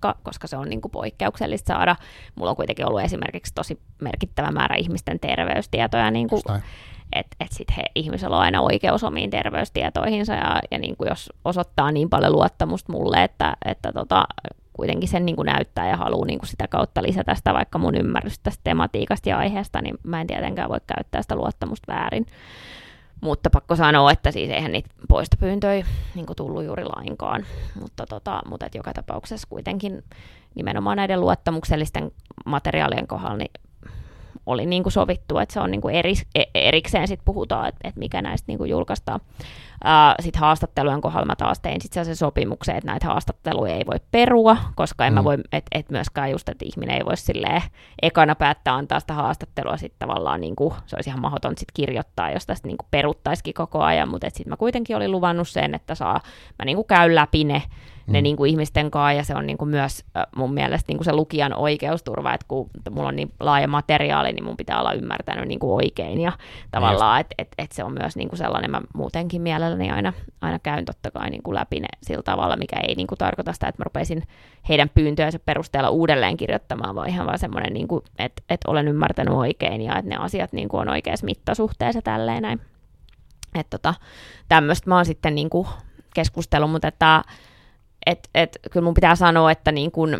koska, koska se on niin kuin poikkeuksellista saada. Mulla on kuitenkin ollut esimerkiksi tosi merkittävä määrä ihmisten terveystietoja, niin kuin, että et sitten ihmisellä on aina oikeus omiin terveystietoihinsa, ja, ja niin kuin jos osoittaa niin paljon luottamusta mulle, että, että tota, kuitenkin sen niin kuin näyttää ja haluaa niin kuin sitä kautta lisätä sitä vaikka mun ymmärrystä tästä tematiikasta ja aiheesta, niin mä en tietenkään voi käyttää sitä luottamusta väärin. Mutta pakko sanoa, että siis eihän niitä poistopyyntöjä niin kuin tullut juuri lainkaan, mutta, tota, mutta et joka tapauksessa kuitenkin nimenomaan näiden luottamuksellisten materiaalien kohdalla niin oli niin kuin sovittu, että se on niin kuin eri, erikseen sit puhutaan, että, että mikä näistä niin kuin julkaistaan. Sitten haastattelujen kohdalla mä taas tein sitten se sopimuksen, että näitä haastatteluja ei voi perua, koska en mm. mä voi, että et myöskään just, että ihminen ei voi silleen ekana päättää antaa sitä haastattelua, sitten tavallaan niin kuin, se olisi ihan mahdoton sit kirjoittaa, jos tästä niin kuin peruttaisikin koko ajan, mutta sitten mä kuitenkin olin luvannut sen, että saa, mä niin kuin käyn läpi ne, ne mm. niin kuin ihmisten kanssa, ja se on niin kuin myös mun mielestä niin kuin se lukijan oikeusturva, että kun mulla on niin laaja materiaali, niin mun pitää olla ymmärtänyt niin kuin oikein, ja tavallaan, että et, et se on myös niin kuin sellainen, mä muutenkin mielelläni aina, aina käyn totta kai niin kuin läpi ne sillä tavalla, mikä ei niin kuin tarkoita sitä, että mä rupeisin heidän pyyntöjensä perusteella uudelleen kirjoittamaan, vaan ihan vaan semmoinen, niin kuin, että, että olen ymmärtänyt oikein, ja että ne asiat niin kuin on oikeassa mittasuhteessa tälleen näin. Että tota, tämmöistä mä oon sitten niin kuin keskustellut, mutta että Et, et, kyllä mun pitää sanoa, että niin kun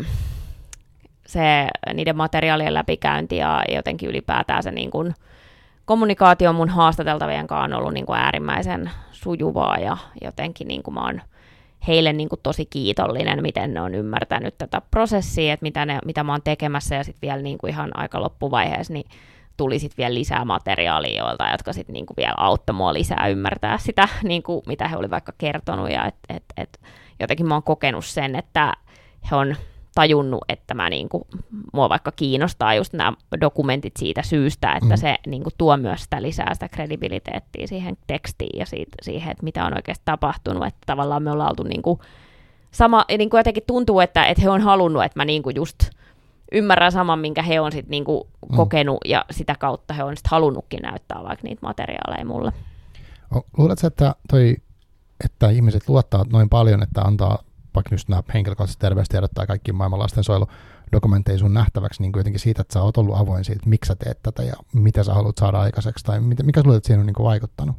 se, niiden materiaalien läpikäynti ja jotenkin ylipäätään se niin kun kommunikaatio mun haastateltavien kanssa on ollut niin kun äärimmäisen sujuvaa, ja jotenkin niin kun mä oon heille niin kun tosi kiitollinen, miten ne on ymmärtänyt tätä prosessia, että mitä, ne, mitä mä oon tekemässä, ja sitten vielä niin kun ihan aika loppuvaiheessa niin tuli sitten vielä lisää materiaalia joilta, jotka sitten niin kun vielä auttoi mua lisää ymmärtää sitä, niin kun, mitä he oli vaikka kertonut, ja et, et, et, jotenkin mä oon kokenut sen, että he on tajunnut, että mä niinku, mua vaikka kiinnostaa just nämä dokumentit siitä syystä, että mm. se niinku tuo myös sitä lisää sitä kredibiliteettiä siihen tekstiin ja siitä, siihen, että mitä on oikeasti tapahtunut, että tavallaan me ollaan oltu niinku sama, niinku jotenkin tuntuu, että, että he on halunnut, että mä niinku just ymmärrän saman, minkä he on sit niinku mm. kokenut, ja sitä kautta he on sit halunnutkin näyttää vaikka niitä materiaaleja mulle. Luuletko, että toi että ihmiset luottaa noin paljon, että antaa vaikka just nämä henkilökohtaiset terveystiedot tai kaikki maailman lastensuojeludokumentteja sun nähtäväksi niin jotenkin siitä, että sä oot ollut avoin siitä, että miksi sä teet tätä ja mitä sä haluat saada aikaiseksi, tai mikä sä luulet, että siinä on niin kuin vaikuttanut?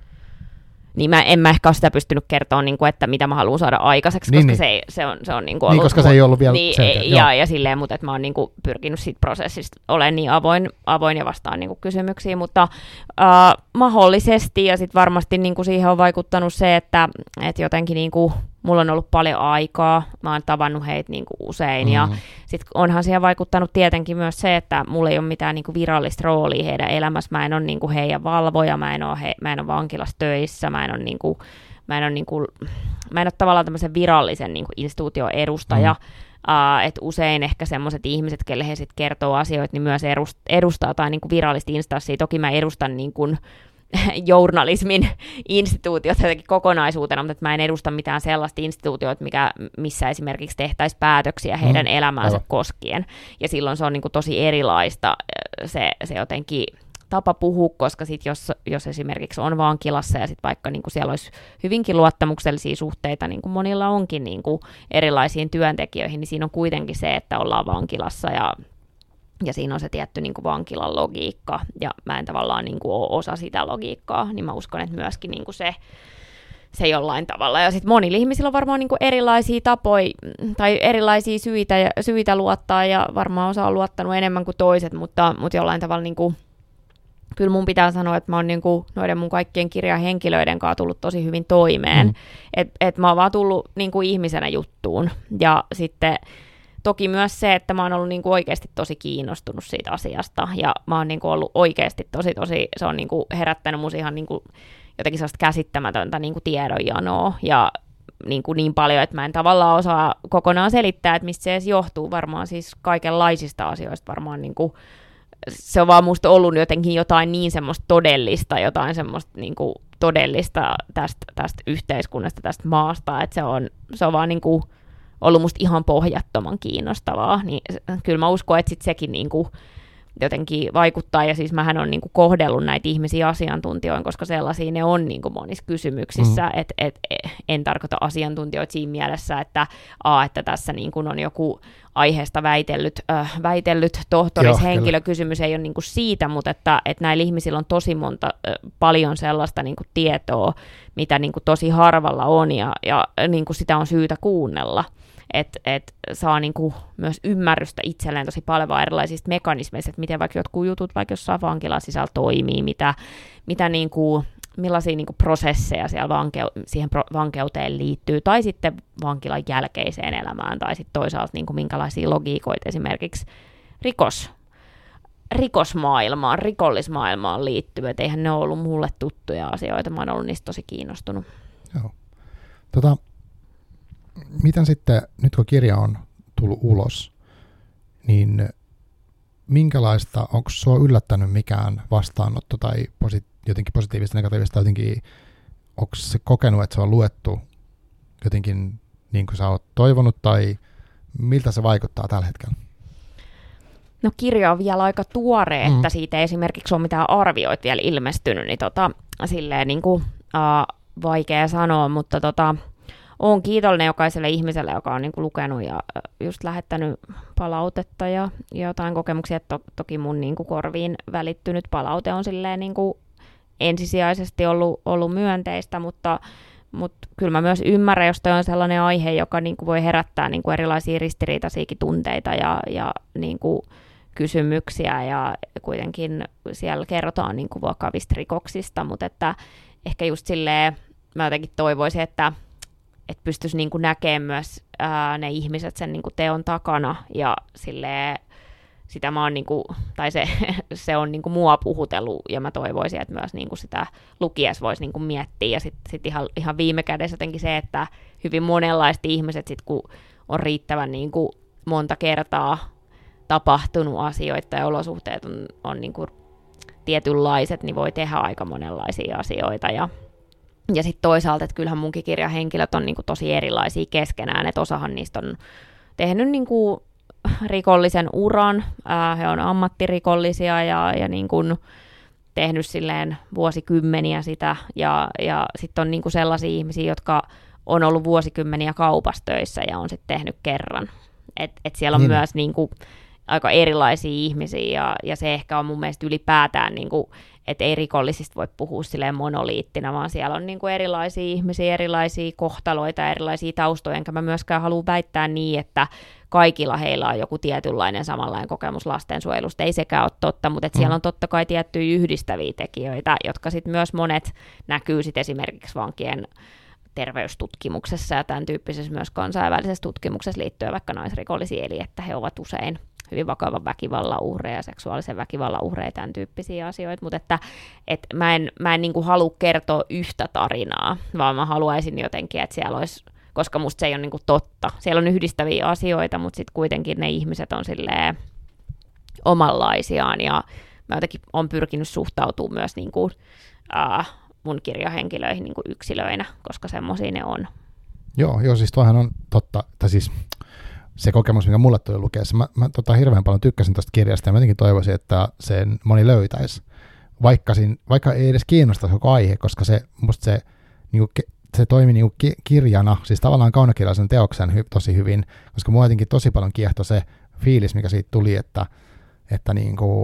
Niin mä en mä ehkä ole sitä pystynyt kertoa, niin kuin, että mitä mä haluan saada aikaiseksi, niin, koska niin. se, ei, se on, se on niin kuin ollut... Niin, koska se ei ollut vielä niin, selkeä. Ja, ja silleen, mutta että mä oon niin kuin pyrkinyt siitä prosessista olemaan niin avoin, avoin ja vastaan niin kuin kysymyksiin, mutta äh, mahdollisesti, ja sitten varmasti niin kuin siihen on vaikuttanut se, että, että jotenkin niin kuin mulla on ollut paljon aikaa, mä oon tavannut heitä niin kuin usein, mm-hmm. ja sitten onhan siihen vaikuttanut tietenkin myös se, että mulla ei ole mitään niin kuin virallista roolia heidän elämässä, mä en ole niin kuin heidän valvoja, mä en ole, he, mä en ole vankilassa töissä, mä en ole, niin kuin, mä en ole, niin kuin, mä en ole tavallaan tämmöisen virallisen niin kuin instituution edustaja, mm-hmm. uh, että usein ehkä semmoiset ihmiset, kelle he sitten kertoo asioita, niin myös edustaa jotain niin kuin virallista instanssia, toki mä edustan niin kuin journalismin instituutiot jotenkin kokonaisuutena, mutta mä en edusta mitään sellaista instituutiota, mikä, missä esimerkiksi tehtäisiin päätöksiä heidän mm, elämäänsä aivan. koskien. Ja silloin se on niin kuin tosi erilaista se, se jotenkin tapa puhua, koska sit jos, jos esimerkiksi on vankilassa ja sit vaikka niin kuin siellä olisi hyvinkin luottamuksellisia suhteita, niin kuin monilla onkin niin kuin erilaisiin työntekijöihin, niin siinä on kuitenkin se, että ollaan vankilassa ja Ja siinä on se tietty niin kuin vankilan logiikka, ja mä en tavallaan niin kuin ole osa sitä logiikkaa, niin mä uskon, että myöskin niin kuin se, se jollain tavalla. Ja sitten monilla ihmisillä on varmaan niin kuin erilaisia tapoja tai erilaisia syitä, ja, syitä luottaa, ja varmaan osa on luottanut enemmän kuin toiset, mutta, mutta jollain tavalla niin kuin, kyllä mun pitää sanoa, että mä oon niin kuin noiden mun kaikkien kirjahenkilöiden kanssa tullut tosi hyvin toimeen. Mm. Että et mä oon vaan tullut niin kuin ihmisenä juttuun, ja sitten toki myös se, että mä oon ollut niinku oikeasti tosi kiinnostunut siitä asiasta, ja mä oon niinku ollut oikeasti tosi, tosi, se on niinku herättänyt mun ihan niinku jotenkin sellaista käsittämätöntä niinku tiedonjanoa, ja niinku niin paljon, että mä en tavallaan osaa kokonaan selittää, että mistä se edes johtuu, varmaan siis kaikenlaisista asioista, varmaan niinku, se on vaan musta ollut jotenkin jotain niin semmoista todellista, jotain semmoista niinku todellista tästä, tästä yhteiskunnasta, tästä maasta, että se on, se on vaan niinku ollut musta ihan pohjattoman kiinnostavaa, niin kyllä mä uskon, että sit sekin niinku jotenkin vaikuttaa, ja siis mähän on niin kuin kohdellut näitä ihmisiä asiantuntijoina, koska sellaisia ne on niin kuin monissa kysymyksissä, mm. että et, en tarkoita asiantuntijoita siinä mielessä, että, a, että tässä niin kuin on joku aiheesta väitellyt, äh, väitellyt tohtorishenkilö, kysymys ei ole niin kuin siitä, mutta että, että näillä ihmisillä on tosi monta, äh, paljon sellaista niin kuin tietoa, mitä niin kuin tosi harvalla on, ja, ja niin kuin sitä on syytä kuunnella. Että et saa niinku myös ymmärrystä itselleen tosi paljon vaan erilaisista mekanismeista, että miten vaikka jotkut jutut vaikka jossain vankilan sisällä toimii, mitä, mitä niinku, millaisia niinku prosesseja siellä vankeu- siihen pro- vankeuteen liittyy, tai sitten vankilan jälkeiseen elämään, tai sitten toisaalta niinku minkälaisia logiikoita esimerkiksi rikos, rikosmaailmaan, rikollismaailmaan liittyy, että eihän ne ole ollut mulle tuttuja asioita, mä oon ollut niistä tosi kiinnostunut. Joo. Tota... Miten sitten, nyt kun kirja on tullut ulos, niin minkälaista, onko sinua yllättänyt mikään vastaanotto tai posi, jotenkin positiivista, negatiivista, jotenkin, onko se kokenut, että se on luettu jotenkin niin kuin sä oot toivonut, tai miltä se vaikuttaa tällä hetkellä? No kirja on vielä aika tuore, että mm. siitä ei esimerkiksi ole mitään arvioita vielä ilmestynyt, niin tota, silleen niin kuin, uh, vaikea sanoa, mutta tota, olen kiitollinen jokaiselle ihmiselle, joka on niin kuin lukenut ja just lähettänyt palautetta ja jotain kokemuksia. To- toki mun niin kuin korviin välittynyt palaute on silleen niin kuin ensisijaisesti ollut, ollut myönteistä, mutta, mutta kyllä mä myös ymmärrän, jos toi on sellainen aihe, joka niin kuin voi herättää niin kuin erilaisia ristiriitaisiakin tunteita ja, ja niin kuin kysymyksiä, ja kuitenkin siellä kerrotaan niin kuin vakavista rikoksista, mutta että ehkä just silleen mä jotenkin toivoisin, että että pystyisi niinku näkemään myös ää, ne ihmiset sen niinku teon takana, ja silleen, sitä mä oon niinku, tai se, se on niinku mua puhutellut, ja mä toivoisin, että myös niinku sitä lukiessa voisi niinku miettiä, ja sitten sit ihan, ihan viime kädessä jotenkin se, että hyvin monenlaiset ihmiset, sit, kun on riittävän niinku monta kertaa tapahtunut asioita ja olosuhteet on, on niinku tietynlaiset, niin voi tehdä aika monenlaisia asioita, ja Ja sitten toisaalta, että kyllähän munkin kirjahenkilöt on niinku tosi erilaisia keskenään, että osahan niistä on tehnyt niinku rikollisen uran, ää, he on ammattirikollisia ja, ja niinku tehnyt silleen vuosikymmeniä sitä, ja, ja sitten on niinku sellaisia ihmisiä, jotka on ollut vuosikymmeniä kaupastöissä ja on sitten tehnyt kerran. Et, et siellä on niin. myös niinku aika erilaisia ihmisiä, ja, ja se ehkä on mun mielestä ylipäätään, niinku, että ei rikollisista voi puhua silleen monoliittina, vaan siellä on niinku erilaisia ihmisiä, erilaisia kohtaloita, erilaisia taustoja, enkä mä myöskään halua väittää niin, että kaikilla heillä on joku tietynlainen samanlainen kokemus lastensuojelusta, ei sekään ole totta, mutta et mm. siellä on totta kai tiettyjä yhdistäviä tekijöitä, jotka sitten myös monet näkyy sit esimerkiksi vankien terveystutkimuksessa ja tämän tyyppisessä myös kansainvälisessä tutkimuksessa liittyen vaikka naisrikollisiin, eli että he ovat usein hyvin vakavan väkivallan uhreja, seksuaalisen väkivallan uhreja, tämän tyyppisiä asioita, mutta että, että mä en, mä en niin kuin halua kertoa yhtä tarinaa, vaan mä haluaisin jotenkin, että siellä olisi, koska musta se ei ole niin kuin totta. Siellä on yhdistäviä asioita, mutta sitten kuitenkin ne ihmiset on silleen omanlaisiaan, ja mä jotenkin olen pyrkinyt suhtautumaan myös niin kuin, äh, mun kirjahenkilöihin niin kuin yksilöinä, koska semmoisia ne on. Joo, joo, siis toihan on totta, tai siis se kokemus, mikä mulle tuli lukeessa. Mä, mä tota, hirveän paljon tykkäsin tuosta kirjasta, ja mä jotenkin toivoisin, että sen moni löytäisi, vaikka, siinä, vaikka ei edes kiinnostaisi koko aihe, koska se, musta se, niin kuin, se toimi niin kuin kirjana, siis tavallaan kaunokirjallisen teoksen hy, tosi hyvin, koska mua jotenkin tosi paljon kiehtoi se fiilis, mikä siitä tuli, että, että, niin kuin,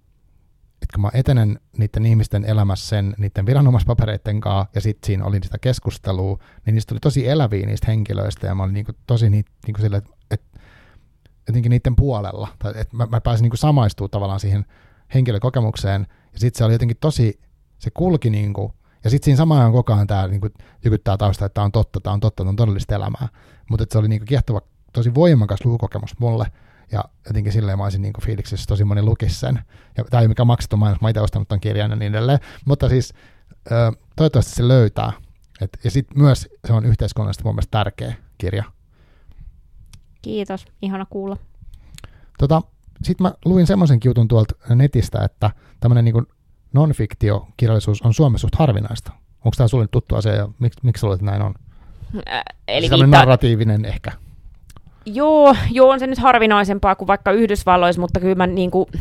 että kun mä etenen niiden ihmisten elämässä sen, niiden viranomaispapereiden kanssa, ja sitten siinä oli sitä keskustelua, niin niistä tuli tosi eläviä niistä henkilöistä, ja mä olin niin kuin, tosi niin, niin kuin sille, että jotenkin niiden puolella, tai että mä, mä pääsin niin kuin samaistumaan tavallaan siihen henkilökokemukseen, ja sitten se oli jotenkin tosi, se kulki niin kuin, ja sitten siinä samaan ajan koko ajan tämä niin kuin jykyttää tausta, että tämä on totta, tämä on totta, tämä on todellista elämää, mutta se oli niin kuin kiehtova, tosi voimakas lukukokemus mulle, ja jotenkin silleen mä olisin niin kuin fiiliksissä tosi moni lukisi sen, ja tämä ei ole mikään maksettu mainos, mä itse ostanut ton kirjan ja niin edelleen, mutta siis ö, toivottavasti se löytää, et, ja sitten myös se on yhteiskunnallisesti mun mielestä tärkeä kirja. Kiitos, ihana kuulla. Tota, sitten mä luin semmoisen jutun tuolta netistä, että tämmöinen niin kuin non-fiktiokirjallisuus on Suomessa suht harvinaista. Onko tämä sulle tuttu asia ja miksi, miksi luulet, että näin on? Äh, eli tämmöinen viittaa... narratiivinen ehkä. Joo, joo, on se nyt harvinaisempaa kuin vaikka Yhdysvalloissa, mutta kyllä mä niin kuin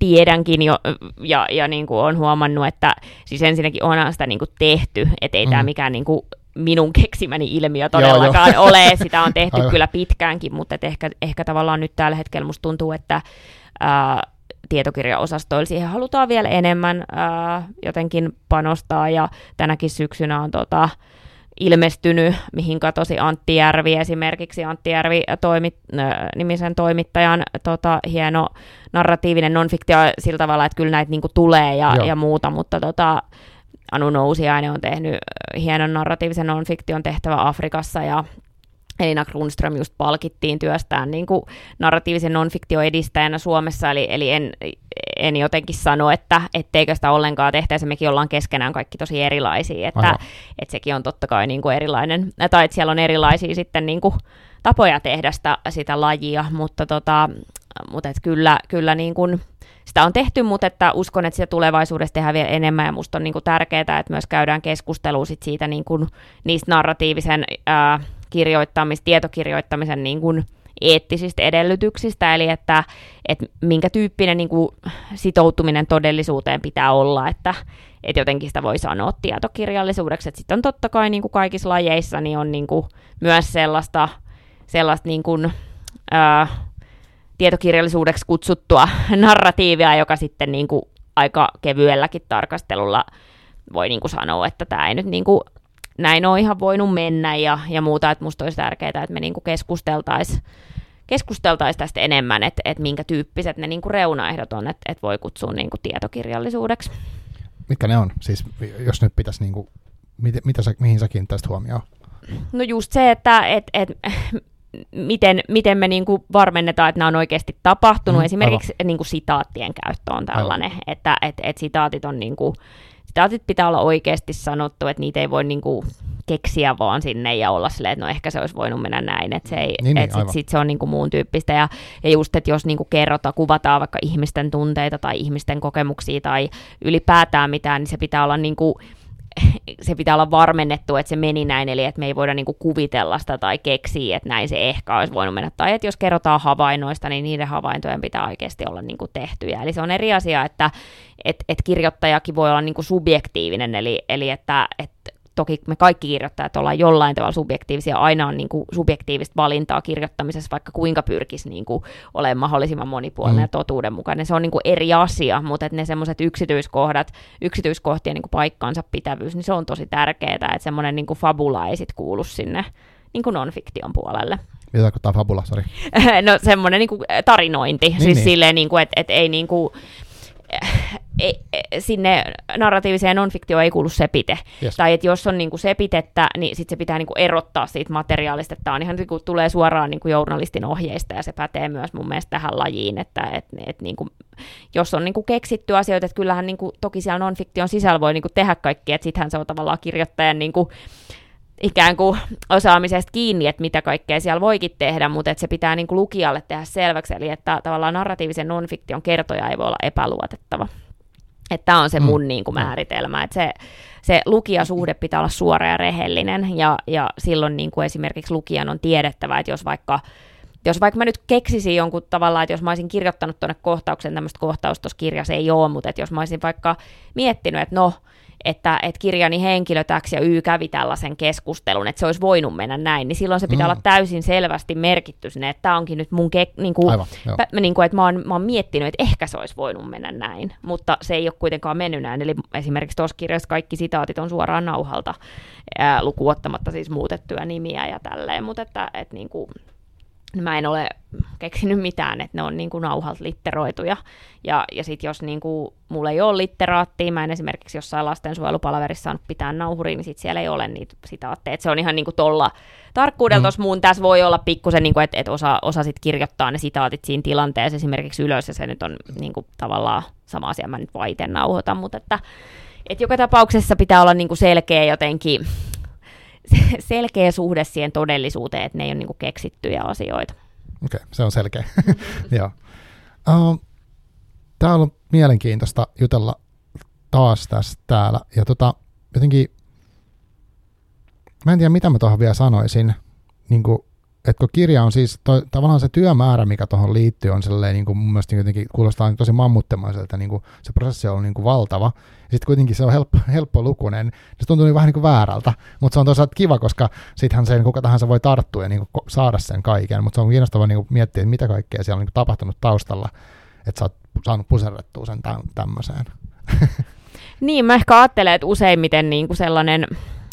tiedänkin jo, ja, ja niin kuin olen huomannut, että siis ensinnäkin onhan sitä niin kuin tehty, että ei mm. tämä mikään niin kuin minun keksimäni ilmiö todellakaan joo, ole, sitä on tehty aivan. Kyllä pitkäänkin, mutta ehkä, ehkä tavallaan nyt tällä hetkellä musta tuntuu, että ää, tietokirjaosastoilla siihen halutaan vielä enemmän ää, jotenkin panostaa, ja tänäkin syksynä on tota, ilmestynyt, mihin katosi Antti Järvi esimerkiksi, Antti Järvi toimit, äh, nimisen toimittajan tota, hieno narratiivinen non-fiktio sillä tavalla, että kyllä näitä niinku tulee ja, ja muuta, mutta tota, Anu Nousiainen on tehnyt hienon narratiivisen non-fiktion tehtävä Afrikassa, ja Elina Grundström just palkittiin työstään niin kuin narratiivisen non-fiktion edistäjänä Suomessa, eli, eli en, en jotenkin sano, että etteikö sitä ollenkaan tehtäisi, mekin ollaan keskenään kaikki tosi erilaisia, että, että sekin on totta kai niin kuin erilainen, tai että siellä on erilaisia sitten niin kuin tapoja tehdä sitä, sitä lajia, mutta, tota, mutta että kyllä, kyllä niin kuin sitä on tehty, mutta että uskon, että sitä tulevaisuudessa tehdään vielä enemmän, ja musta on niin kuin tärkeää, että myös käydään keskustelua sit siitä niin kuin niistä narratiivisen ää, kirjoittamis, tietokirjoittamisen niin kuin eettisistä edellytyksistä, eli että, että minkä tyyppinen niin kuin sitoutuminen todellisuuteen pitää olla, että, että jotenkin sitä voi sanoa tietokirjallisuudeksi, että sitten on totta kai niin kuin kaikissa lajeissa niin on niin kuin myös sellaista, sellaista niin kuin, ää, tietokirjallisuudeksi kutsuttua narratiivia, joka sitten niin kuin aika kevyelläkin tarkastelulla voi niin kuin sanoa, että tämä ei nyt niin kuin näin on ihan voinut mennä ja, ja muuta, että musta olisi tärkeää, että me niinku keskusteltaisiin keskusteltais tästä enemmän, että et minkä tyyppiset ne niinku reunaehdot on, että et voi kutsua niinku tietokirjallisuudeksi. Mitkä ne on? Siis jos nyt pitäisi, niinku, mit, mitä sä, mihin sä kiinnittäisit huomioon? No just se, että et, et, miten, miten me niinku varmennetaan, että nämä on oikeasti tapahtunut. Mm, Esimerkiksi niinku sitaattien käyttö on tällainen, aivan. että et, et sitaatit on niinku Sitaatit pitää olla oikeasti sanottu, että niitä ei voi niinku keksiä vaan sinne ja olla silleen, että no ehkä se olisi voinut mennä näin, että se, ei, niin, et sit, sit se on niinku muun tyyppistä. Ja, ja just, että jos niinku kerrotaan, kuvataan vaikka ihmisten tunteita tai ihmisten kokemuksia tai ylipäätään mitään, niin se pitää olla niinku se pitää olla varmennettu, että se meni näin, eli että me ei voida niinku kuvitella sitä tai keksiä, että näin se ehkä olisi voinut mennä. Tai että jos kerrotaan havainnoista, niin niiden havaintojen pitää oikeasti olla niinku tehtyjä. Eli se on eri asia, että et, et kirjoittajakin voi olla niinku subjektiivinen, eli, eli että et toki me kaikki kirjoittajat ollaan jollain tavalla subjektiivisia, aina on niinku subjektiivista valintaa kirjoittamisessa, vaikka kuinka pyrkisi niinku olemaan mahdollisimman monipuolinen mm. ja totuudenmukainen. Se on niinku eri asia, mutta ne semmoiset yksityiskohdat, yksityiskohtien niinku paikkaansa pitävyys, niin se on tosi tärkeää, että semmoinen niinku fabula ei sit kuulu sinne niinku non-fiktion puolelle. Mitä tarkoittaa fabula, sori? No semmoinen niinku tarinointi, niin, siis niin. Silleen, niinku, että et ei niinku Ei, sinne narratiiviseen non-fiktioon ei kuulu sepite. Yes. Tai että jos on niinku sepitettä, niin sit se pitää niinku erottaa siitä materiaalista. Että on ihan niinku, tulee suoraan niinku journalistin ohjeista, ja se pätee myös mun mielestä tähän lajiin, että et, et niinku, jos on niinku keksitty asioita, että kyllähän niinku, toki siellä non-fiktion sisällä voi niinku tehdä kaikki, että sittenhän se on tavallaan kirjoittajan niinku, ikään kuin osaamisesta kiinni, että mitä kaikkea siellä voikin tehdä, mutta että se pitää niin kuin lukijalle tehdä selväksi, eli että tavallaan narratiivisen non-fiktion kertoja ei voi olla epäluotettava. Että tämä on se mun mm. niin kuin määritelmä, että se, se lukijasuhde pitää olla suora ja rehellinen, ja, ja silloin niin kuin esimerkiksi lukijan on tiedettävä, että jos vaikka, jos vaikka mä nyt keksisin jonkun tavalla, että jos mä olisin kirjoittanut tuonne kohtauksen, tämmöistä kohtausta tuossa kirjassa ei ole, mutta että jos mä olisin vaikka miettinyt, että no, että, että kirjani henkilö X ja Y kävi tällaisen keskustelun, että se olisi voinut mennä näin, niin silloin se pitää mm. olla täysin selvästi merkitty sinne, että tämä onkin nyt mun, ke- niin kuin, Aivan, pä- niin kuin, että mä oon, mä oon miettinyt, että ehkä se olisi voinut mennä näin, mutta se ei ole kuitenkaan mennyt näin, eli esimerkiksi tuossa kirjassa kaikki sitaatit on suoraan nauhalta, ää, lukuun ottamatta siis muutettuja nimiä ja tälleen, mutta että, että niin kuin, mä en ole keksinyt mitään, että ne on niin kuin nauhalta litteroituja. Ja, ja sitten jos niin kuin, mulla ei ole litteraattia, mä en esimerkiksi jossain lastensuojelupalaverissa saanut pitää nauhuriin, niin sitten siellä ei ole niitä sitaatteja. Et se on ihan niin kuin tolla tarkkuudella tuossa mm. muun. Tässä voi olla pikkusen, niin että et osa, osa sit kirjoittaa ne sitaatit siinä tilanteessa esimerkiksi ylös, ja se nyt on niin kuin, tavallaan sama asia, mä nyt vaan itse nauhoitan, mutta että, et joka tapauksessa pitää olla niin kuin selkeä jotenkin, selkeä suhde siihen todellisuuteen, että ne ei ole niinku keksittyjä asioita. Okei, okay, se on selkeä. Joo. Uh, Tämä on ollut mielenkiintoista jutella taas tässä täällä. Ja tota, jotenkin, mä en tiedä mitä mä tuohon vielä sanoisin. Niin kuin, että kun kirja on siis, toi, tavallaan se työmäärä, mikä tuohon liittyy, on sellainen, niin kuin mun mielestä jotenkin kuulostaa tosi mammuttemaiselta, niin kuin se prosessi on niin kuin valtava, ja sitten kuitenkin se on helppo, helppolukuinen, se tuntuu niin vähän niin kuin väärältä, mutta se on toisaalta kiva, koska sittenhän se kuka tahansa voi tarttua ja niin kuin saada sen kaiken, mutta se on kiinnostavaa niin kuin miettiä, että mitä kaikkea siellä on niin kuin tapahtunut taustalla, että sä oot saanut puserrettua sen tä- tämmöiseen. Niin, mä ehkä ajattelen, että useimmiten niin kuin sellainen,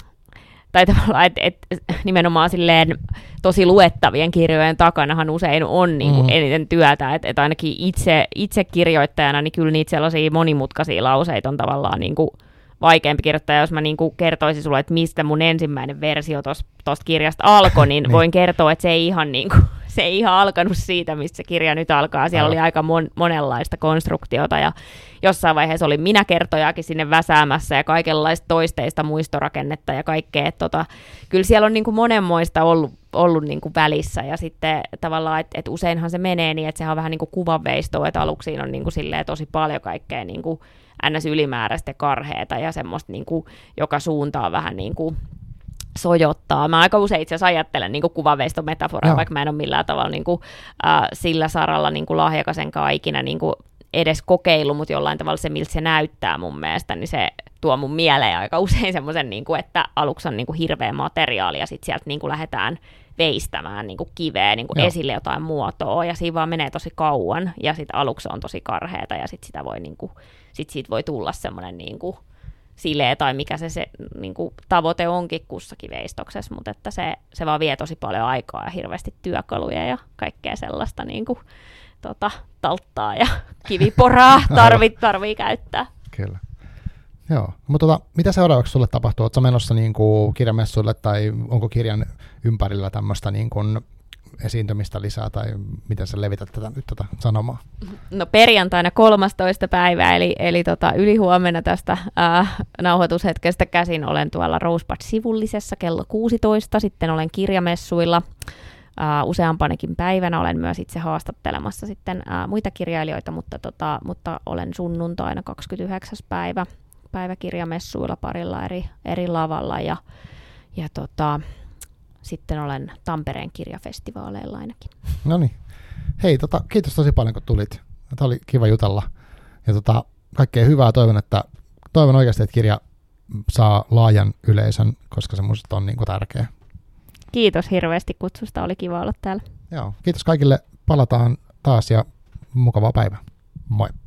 tai tavallaan, että, että nimenomaan silleen tosi luettavien kirjojen takanahan usein on niin kuin mm. eniten työtä, että, että ainakin itse, itse kirjoittajana, niin kyllä niitä sellaisia monimutkaisia lauseita on tavallaan niin kuin vaikeampi kirjoittaa, jos mä niin kuin kertoisin sulle, että mistä mun ensimmäinen versio tuosta kirjasta alkoi, niin voin kertoa, että se ei ihan, niin kuin, se ei ihan alkanut siitä, mistä se kirja nyt alkaa. Siellä oli aika mon, monenlaista konstruktiota, ja jossain vaiheessa oli minä kertojakin sinne väsäämässä, ja kaikenlaista toisteista muistorakennetta ja kaikkea. Että tota, kyllä siellä on niin kuin monenmoista ollut, ollut niin kuin välissä, ja sitten tavallaan, että et useinhan se menee niin, että sehän on vähän niin kuin kuvanveistoa, että aluksi siinä on niin kuin silleen tosi paljon kaikkea niin kuin ns. Ylimääräistä ja karheeta ja semmoista, niin kuin, joka suuntaa vähän niin kuin sojottaa. Mä aika usein itse asiassa ajattelen niin kuin kuvanveiston metaforaa, vaikka mä en ole millään tavalla niin kuin, äh, sillä saralla niin kuin lahjakasenkaan ikinä niin kuin edes kokeilu, mutta jollain tavalla se, miltä se näyttää mun mielestä, niin se tuo mun mieleen aika usein semmoisen, niin kuin, että aluksi on niin kuin hirveä materiaali ja sitten sieltä niin kuin lähdetään veistämään niin kuin kiveä niin kuin esille jotain muotoa, ja siinä vaan menee tosi kauan, ja sitten aluksi on tosi karheeta, ja sitten sitä voi, niin kuin, sit siitä voi tulla semmoinen niin kuin sileä, tai mikä se, se niin kuin tavoite onkin kussakin veistoksessa, mutta että se, se vaan vie tosi paljon aikaa ja hirveästi työkaluja ja kaikkea sellaista niin kuin, tota, talttaa ja kiviporaa tarvii, tarvii käyttää. Kyllä. Joo, mutta tota, mitä seuraavaksi sulle tapahtuu? Oletko menossa niin kuin kirjamessuille tai onko kirjan ympärillä tämmöistä niin kuin esiintymistä lisää tai miten sä levität tätä nyt tätä sanomaa? No perjantaina kolmastoista päivä, eli, eli tota, ylihuomenna tästä äh, nauhoitushetkestä käsin olen tuolla Rosebud-sivullisessa kello kuusitoista, sitten olen kirjamessuilla. Uh, useampanakin päivänä olen myös itse haastattelemassa sitten uh, muita kirjailijoita, mutta, tota, mutta olen sunnuntaina kahdeskymmenesyhdeksäs päivä päiväkirjamessuilla parilla eri, eri lavalla ja, ja tota, sitten olen Tampereen kirjafestivaaleilla ainakin. No niin. Hei, tota, kiitos tosi paljon kun tulit. Tämä oli kiva jutella. Ja tota, kaikkea hyvää. Toivon, että, toivon oikeasti, että kirja saa laajan yleisön, koska se musta on niin kuin tärkeä. Kiitos hirveästi kutsusta, oli kiva olla täällä. Joo, kiitos kaikille. Palataan taas ja mukavaa päivää. Moi.